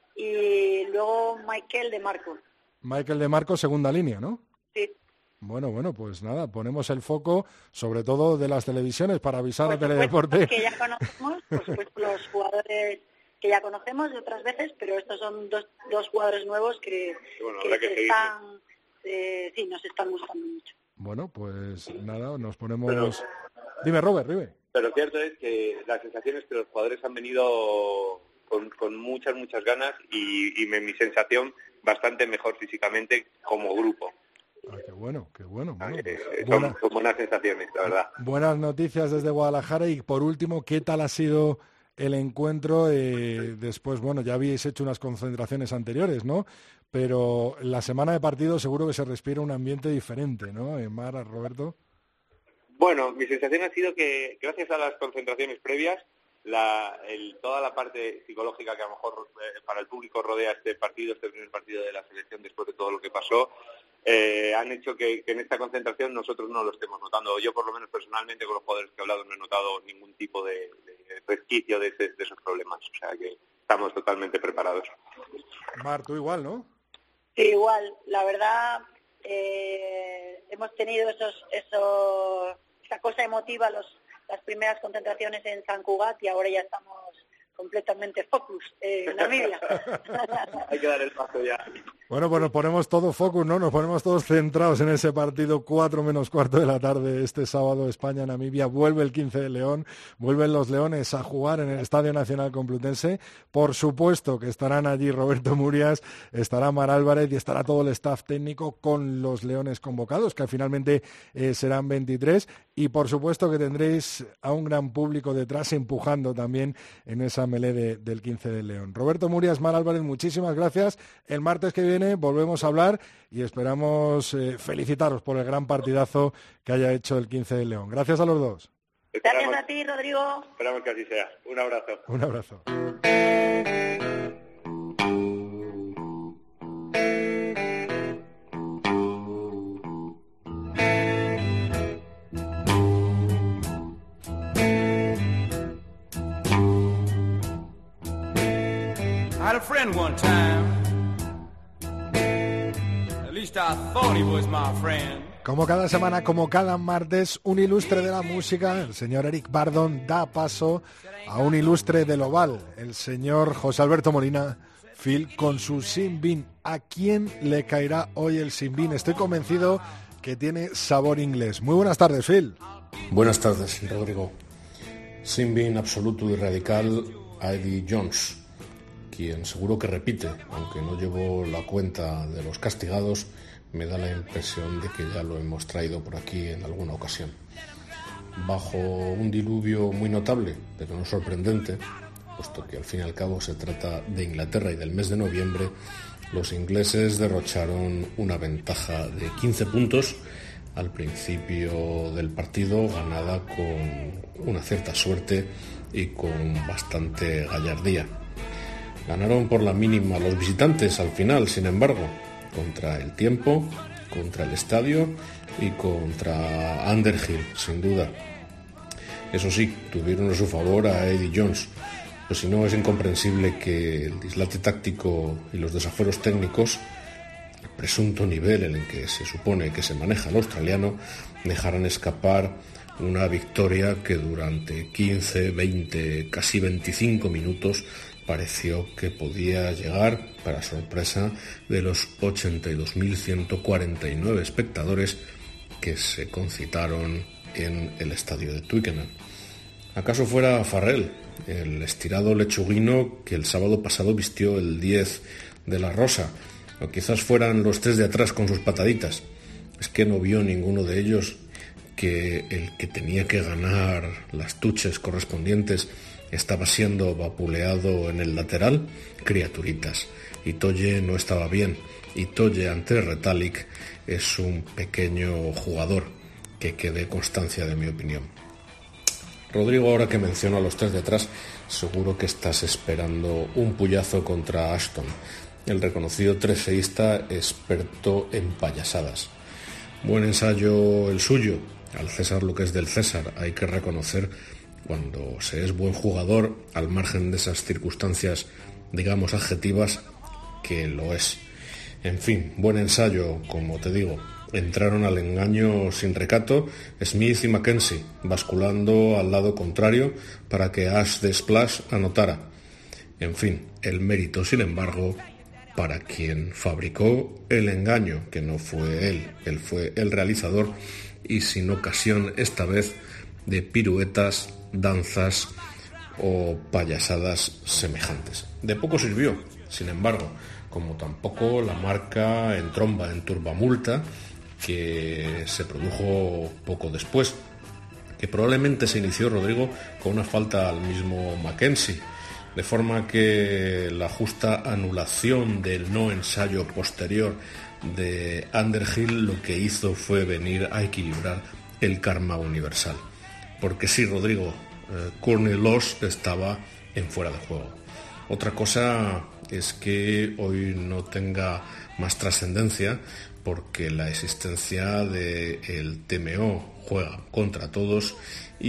y luego Michael de Marco. Michael de Marco, segunda línea, ¿no? Sí. Bueno, bueno, pues nada, ponemos el foco, sobre todo de las televisiones, para avisar a Por Teledeporte. supuesto que ya conocemos, por supuesto, los jugadores que ya conocemos de otras veces, pero estos son dos, dos jugadores nuevos que, Bueno, que habrá que se seguir. están, eh, sí, nos están gustando mucho. Bueno, pues nada, nos ponemos... Pero- Dime, Robert, dime. Pero cierto es que la sensación es que los jugadores han venido con, con muchas, muchas ganas y, y me- mi sensación bastante mejor físicamente como grupo. Ah, qué bueno, qué bueno. bueno, Eh, pues, eh, son, buena- son buenas sensaciones, la verdad. buenas noticias desde Guadalajara y por último, ¿qué tal ha sido el encuentro? Eh, después, bueno, ya habéis hecho unas concentraciones anteriores, ¿no? Pero la semana de partido seguro que se respira un ambiente diferente, ¿no? En Mar, Roberto. Bueno, mi sensación ha sido que gracias a las concentraciones previas, la, el, toda la parte psicológica que a lo mejor eh, para el público rodea este partido, este primer partido de la selección después de todo lo que pasó, eh, han hecho que, que en esta concentración nosotros no lo estemos notando. Yo por lo menos personalmente con los jugadores que he hablado no he notado ningún tipo de, de resquicio de, ese- de esos problemas. O sea que estamos totalmente preparados. Mar, tú igual, ¿no? Sí, igual, la verdad, eh, hemos tenido esos, esos, esa cosa emotiva los, las primeras concentraciones en San Cugat y ahora ya estamos completamente focus eh, en Namibia. Hay que dar el paso ya. Bueno, pues nos ponemos todo focus, ¿no? Nos ponemos todos centrados en ese partido, cuatro menos cuarto de la tarde, este sábado, España-Namibia. Vuelve el quince de León, vuelven los Leones a jugar en el Estadio Nacional Complutense. Por supuesto que estarán allí Roberto Murias, estará Mar Álvarez y estará todo el staff técnico con los Leones convocados, que finalmente eh, serán veintitrés. Y por supuesto que tendréis a un gran público detrás empujando también en esa melé de- del quince de León. Roberto Murias, Mar Álvarez, muchísimas gracias. El martes que viene volvemos a hablar y esperamos eh, felicitaros por el gran partidazo que haya hecho el quince de León. Gracias a los dos. Gracias Esperamos, a ti, Rodrigo. esperamos que así sea. Un abrazo. Un abrazo. I had a friend one time. At least I thought he was my friend. Como cada semana, como cada martes, un ilustre de la música, el señor Eric Bardon, da paso a un ilustre del oval, el señor José Alberto Molina, Phil, con su Sin Bean. ¿A quién le caerá hoy el Sin Bean? Estoy convencido que tiene sabor inglés. Muy buenas tardes, Phil. Buenas tardes, Rodrigo. Sin Bean absoluto y radical a Eddie Jones, quien seguro que repite, aunque no llevo la cuenta de los castigados, me da la impresión de que ya lo hemos traído por aquí en alguna ocasión. Bajo un diluvio muy notable, pero no sorprendente, puesto que al fin y al cabo se trata de Inglaterra y del mes de noviembre, los ingleses derrocharon una ventaja de quince puntos al principio del partido, ganada con una cierta suerte y con bastante gallardía. Ganaron por la mínima los visitantes al final, sin embargo, contra el tiempo, contra el estadio y contra Underhill, sin duda. Eso sí, tuvieron a su favor a Eddie Jones, pues si no es incomprensible que el dislate táctico y los desafueros técnicos, el presunto nivel en el que se supone que se maneja el australiano, dejaran escapar una victoria que durante quince, veinte, casi veinticinco minutos pareció que podía llegar, para sorpresa de los ochenta y dos mil ciento cuarenta y nueve espectadores que se concitaron en el estadio de Twickenham. ¿Acaso fuera Farrell, el estirado lechuguino que el sábado pasado vistió el diez de la Rosa, o quizás fueran los tres de atrás con sus pataditas. Es que no vio ninguno de ellos que el que tenía que ganar las tuches correspondientes estaba siendo vapuleado en el lateral. Criaturitas. Itoye no estaba bien. Itoye ante Retallick es un pequeño jugador, que quede constancia de mi opinión. Rodrigo, ahora que menciono a los tres de atrás, seguro que estás esperando un puyazo contra Ashton, el reconocido treceísta experto en payasadas. Buen ensayo el suyo, al César lo que es del César. Hay que reconocer cuando se es buen jugador, al margen de esas circunstancias, digamos, adjetivas, que lo es. En fin, buen ensayo, como te digo. Entraron al engaño sin recato Smith y Mackenzie, basculando al lado contrario para que Ash de Splash anotara. En fin, el mérito, sin embargo, para quien fabricó el engaño, que no fue él, él fue el realizador, y sin ocasión esta vez de piruetas, danzas o payasadas semejantes. De poco sirvió, sin embargo, como tampoco la marca en tromba, en turbamulta, que se produjo poco después, que probablemente se inició, Rodrigo, con una falta al mismo Mackenzie, de forma que la justa anulación del no ensayo posterior de Underhill lo que hizo fue venir a equilibrar el karma universal. Porque sí, Rodrigo, eh, Courtney Loss estaba en fuera de juego. Otra cosa es que hoy no tenga más trascendencia, porque la existencia del T M O juega contra todos,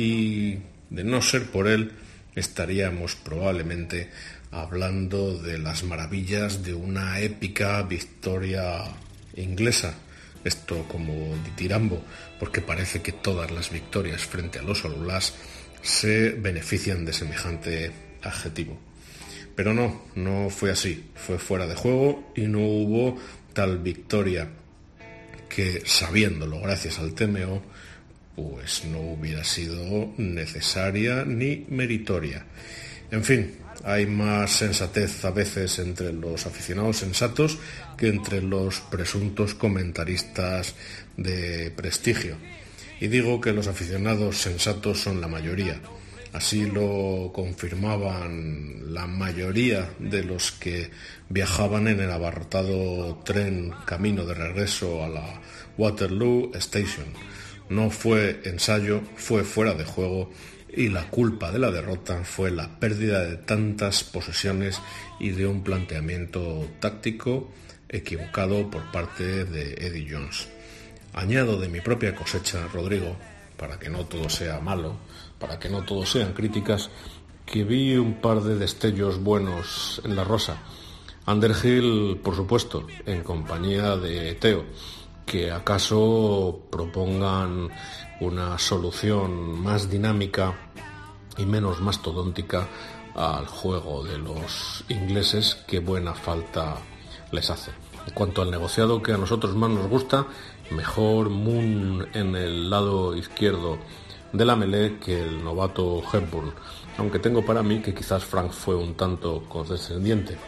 y de no ser por él estaríamos probablemente hablando de las maravillas de una épica victoria inglesa. Esto como ditirambo, porque parece que todas las victorias frente a los All Blacks se benefician de semejante adjetivo. Pero no, no fue así, fue fuera de juego y no hubo tal victoria que, sabiéndolo gracias al T M O, pues no hubiera sido necesaria ni meritoria. En fin, hay más sensatez a veces entre los aficionados sensatos que entre los presuntos comentaristas de prestigio. Y digo que los aficionados sensatos son la mayoría. Así lo confirmaban la mayoría de los que viajaban en el abarrotado tren camino de regreso a la Waterloo Station. No fue ensayo, fue fuera de juego, y la culpa de la derrota fue la pérdida de tantas posesiones y de un planteamiento táctico equivocado por parte de Eddie Jones. Añado de mi propia cosecha, Rodrigo, para que no todo sea malo, para que no todo sean críticas, que vi un par de destellos buenos en la Rosa. Underhill, por supuesto, en compañía de Teo, que acaso propongan una solución más dinámica y menos mastodóntica al juego de los ingleses, que buena falta les hace. En cuanto al negociado que a nosotros más nos gusta, mejor Moon en el lado izquierdo de la melee que el novato Hepburn, aunque tengo para mí que quizás Frank fue un tanto condescendiente.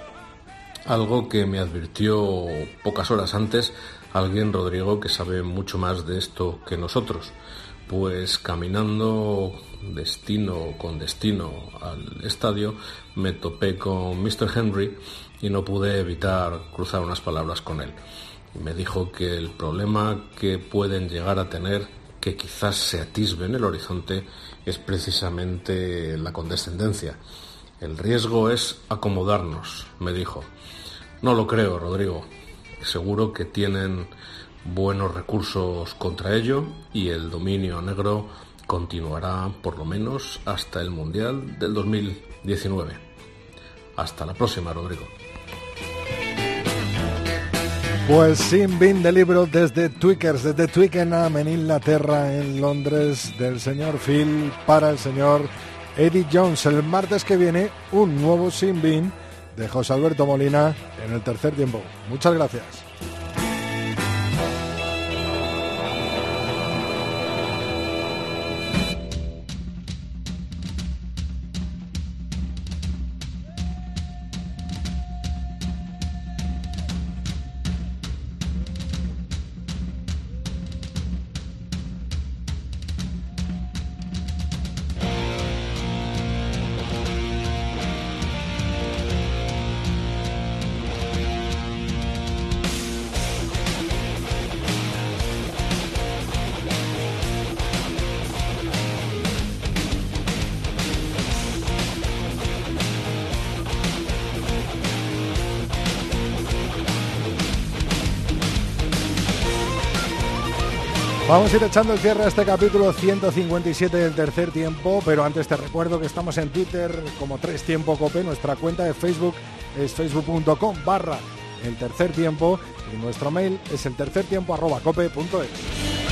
Algo que me advirtió pocas horas antes alguien, Rodrigo, que sabe mucho más de esto que nosotros, pues caminando destino con destino al estadio me topé con mister Henry y no pude evitar cruzar unas palabras con él. Me dijo que el problema que pueden llegar a tener, que quizás se atisbe en el horizonte, es precisamente la condescendencia. El riesgo es acomodarnos, me dijo. No lo creo, Rodrigo. Seguro que tienen buenos recursos contra ello y el dominio negro continuará por lo menos hasta el Mundial del dos mil diecinueve. Hasta la próxima, Rodrigo. Pues sin bin de libro desde Twickers, desde Twickenham en Inglaterra, en Londres, del señor Phil para el señor Eddie Jones. El martes que viene un nuevo sin bin de José Alberto Molina en el tercer tiempo. Muchas gracias. Vamos a ir echando el cierre a este capítulo ciento cincuenta y siete del tercer tiempo, pero antes te recuerdo que estamos en Twitter como Tres Tiempo Cope, nuestra cuenta de Facebook es facebook punto com barra el tercer tiempo y nuestro mail es el tercer tiempo arroba cope punto es.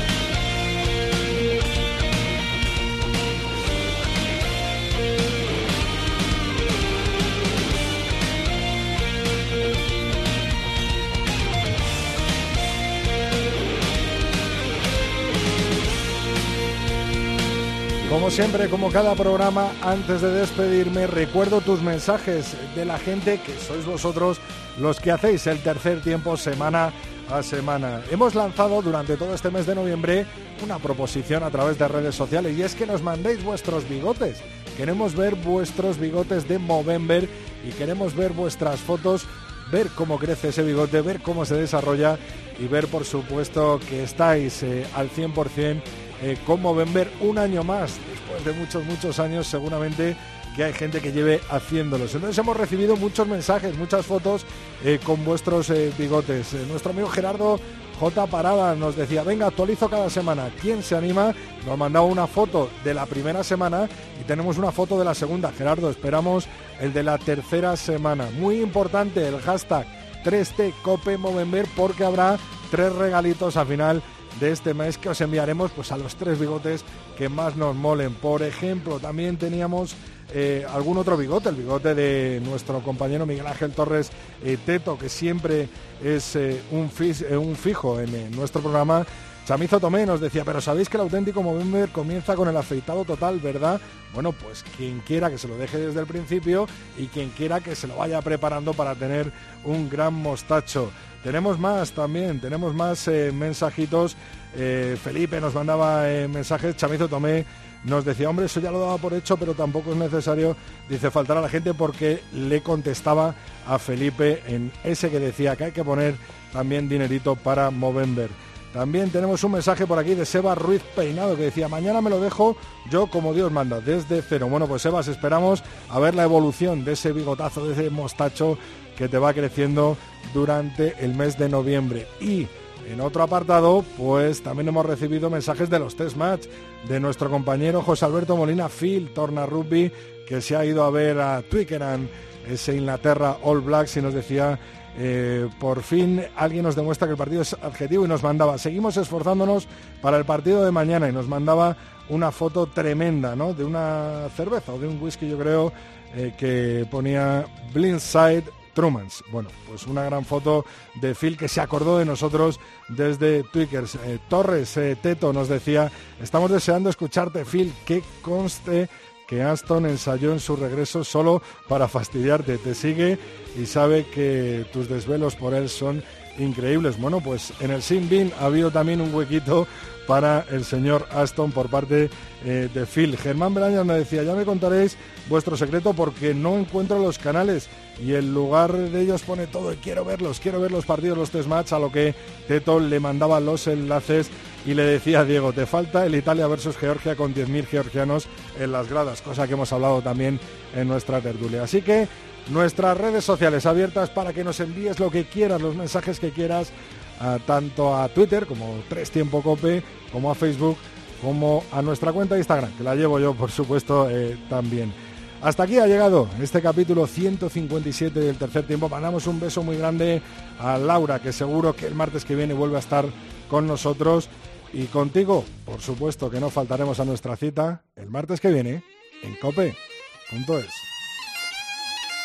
Como siempre, como cada programa, antes de despedirme, recuerdo tus mensajes de la gente que sois vosotros los que hacéis el tercer tiempo semana a semana. Hemos lanzado durante todo este mes de noviembre una proposición a través de redes sociales y es que nos mandéis vuestros bigotes. Queremos ver vuestros bigotes de Movember y queremos ver vuestras fotos, ver cómo crece ese bigote, ver cómo se desarrolla y ver, por supuesto, que estáis eh, al cien por ciento Eh, con Movember un año más, después de muchos, muchos años seguramente que hay gente que lleve haciéndolos. Entonces hemos recibido muchos mensajes, muchas fotos eh, con vuestros eh, bigotes. Eh, nuestro amigo Gerardo J. Parada nos decía, venga, actualizo cada semana. ¿Quién se anima? Nos mandaba una foto de la primera semana y tenemos una foto de la segunda. Gerardo, esperamos el de la tercera semana. Muy importante el hashtag tres T Cope Movember porque habrá tres regalitos al final de este mes que os enviaremos pues a los tres bigotes que más nos molen. Por ejemplo, también teníamos eh, algún otro bigote, el bigote de nuestro compañero Miguel Ángel Torres eh, Teto, que siempre es eh, un, fis, eh, un fijo en eh, nuestro programa. Chamizo Tomé nos decía, pero sabéis que el auténtico Movember comienza con el afeitado total, ¿verdad? Bueno, pues quien quiera que se lo deje desde el principio y quien quiera que se lo vaya preparando para tener un gran mostacho. Tenemos más también, tenemos más eh, mensajitos. Eh, Felipe nos mandaba eh, mensajes, Chamizo Tomé nos decía, hombre, eso ya lo daba por hecho, pero tampoco es necesario, dice, faltar a la gente porque le contestaba a Felipe en ese que decía que hay que poner también dinerito para Movember. También tenemos un mensaje por aquí de Seba Ruiz Peinado que decía, mañana me lo dejo yo como Dios manda, desde cero. Bueno, pues Sebas, esperamos a ver la evolución de ese bigotazo, de ese mostacho que te va creciendo durante el mes de noviembre. Y en otro apartado, pues también hemos recibido mensajes de los test match de nuestro compañero José Alberto Molina, Phil Torna Rugby, que se ha ido a ver a Twickenham, ese Inglaterra All Blacks, y nos decía, eh, por fin alguien nos demuestra que el partido es adjetivo, y nos mandaba, seguimos esforzándonos para el partido de mañana, y nos mandaba una foto tremenda, ¿no?, de una cerveza o de un whisky, yo creo, eh, que ponía Blindside Trumans. Bueno, pues una gran foto de Phil que se acordó de nosotros desde Twickers. Eh, Torres eh, Teto nos decía, estamos deseando escucharte, Phil, que conste que Aston ensayó en su regreso solo para fastidiarte, te sigue y sabe que tus desvelos por él son increíbles. Bueno, pues en el Sin Bin ha habido también un huequito para el señor Aston por parte eh, de Phil. Germán Belañas me decía, ya me contaréis vuestro secreto porque no encuentro los canales y en lugar de ellos pone todo y quiero verlos, quiero ver los partidos, los test match, a lo que Teto le mandaba los enlaces y le decía a Diego, te falta el Italia versus Georgia con diez mil georgianos en las gradas, cosa que hemos hablado también en nuestra tertulia. Así que nuestras redes sociales abiertas para que nos envíes lo que quieras, los mensajes que quieras, a, tanto a Twitter como Tres Tiempo Cope, como a Facebook, como a nuestra cuenta de Instagram, que la llevo yo, por supuesto, eh, también. Hasta aquí ha llegado este capítulo ciento cincuenta y siete del tercer tiempo. Mandamos un beso muy grande a Laura, que seguro que el martes que viene vuelve a estar con nosotros. Y contigo, por supuesto que no faltaremos a nuestra cita el martes que viene en cope punto es.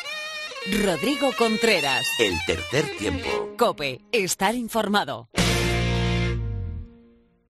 Rodrigo Contreras. El tercer tiempo. Cope, estar informado.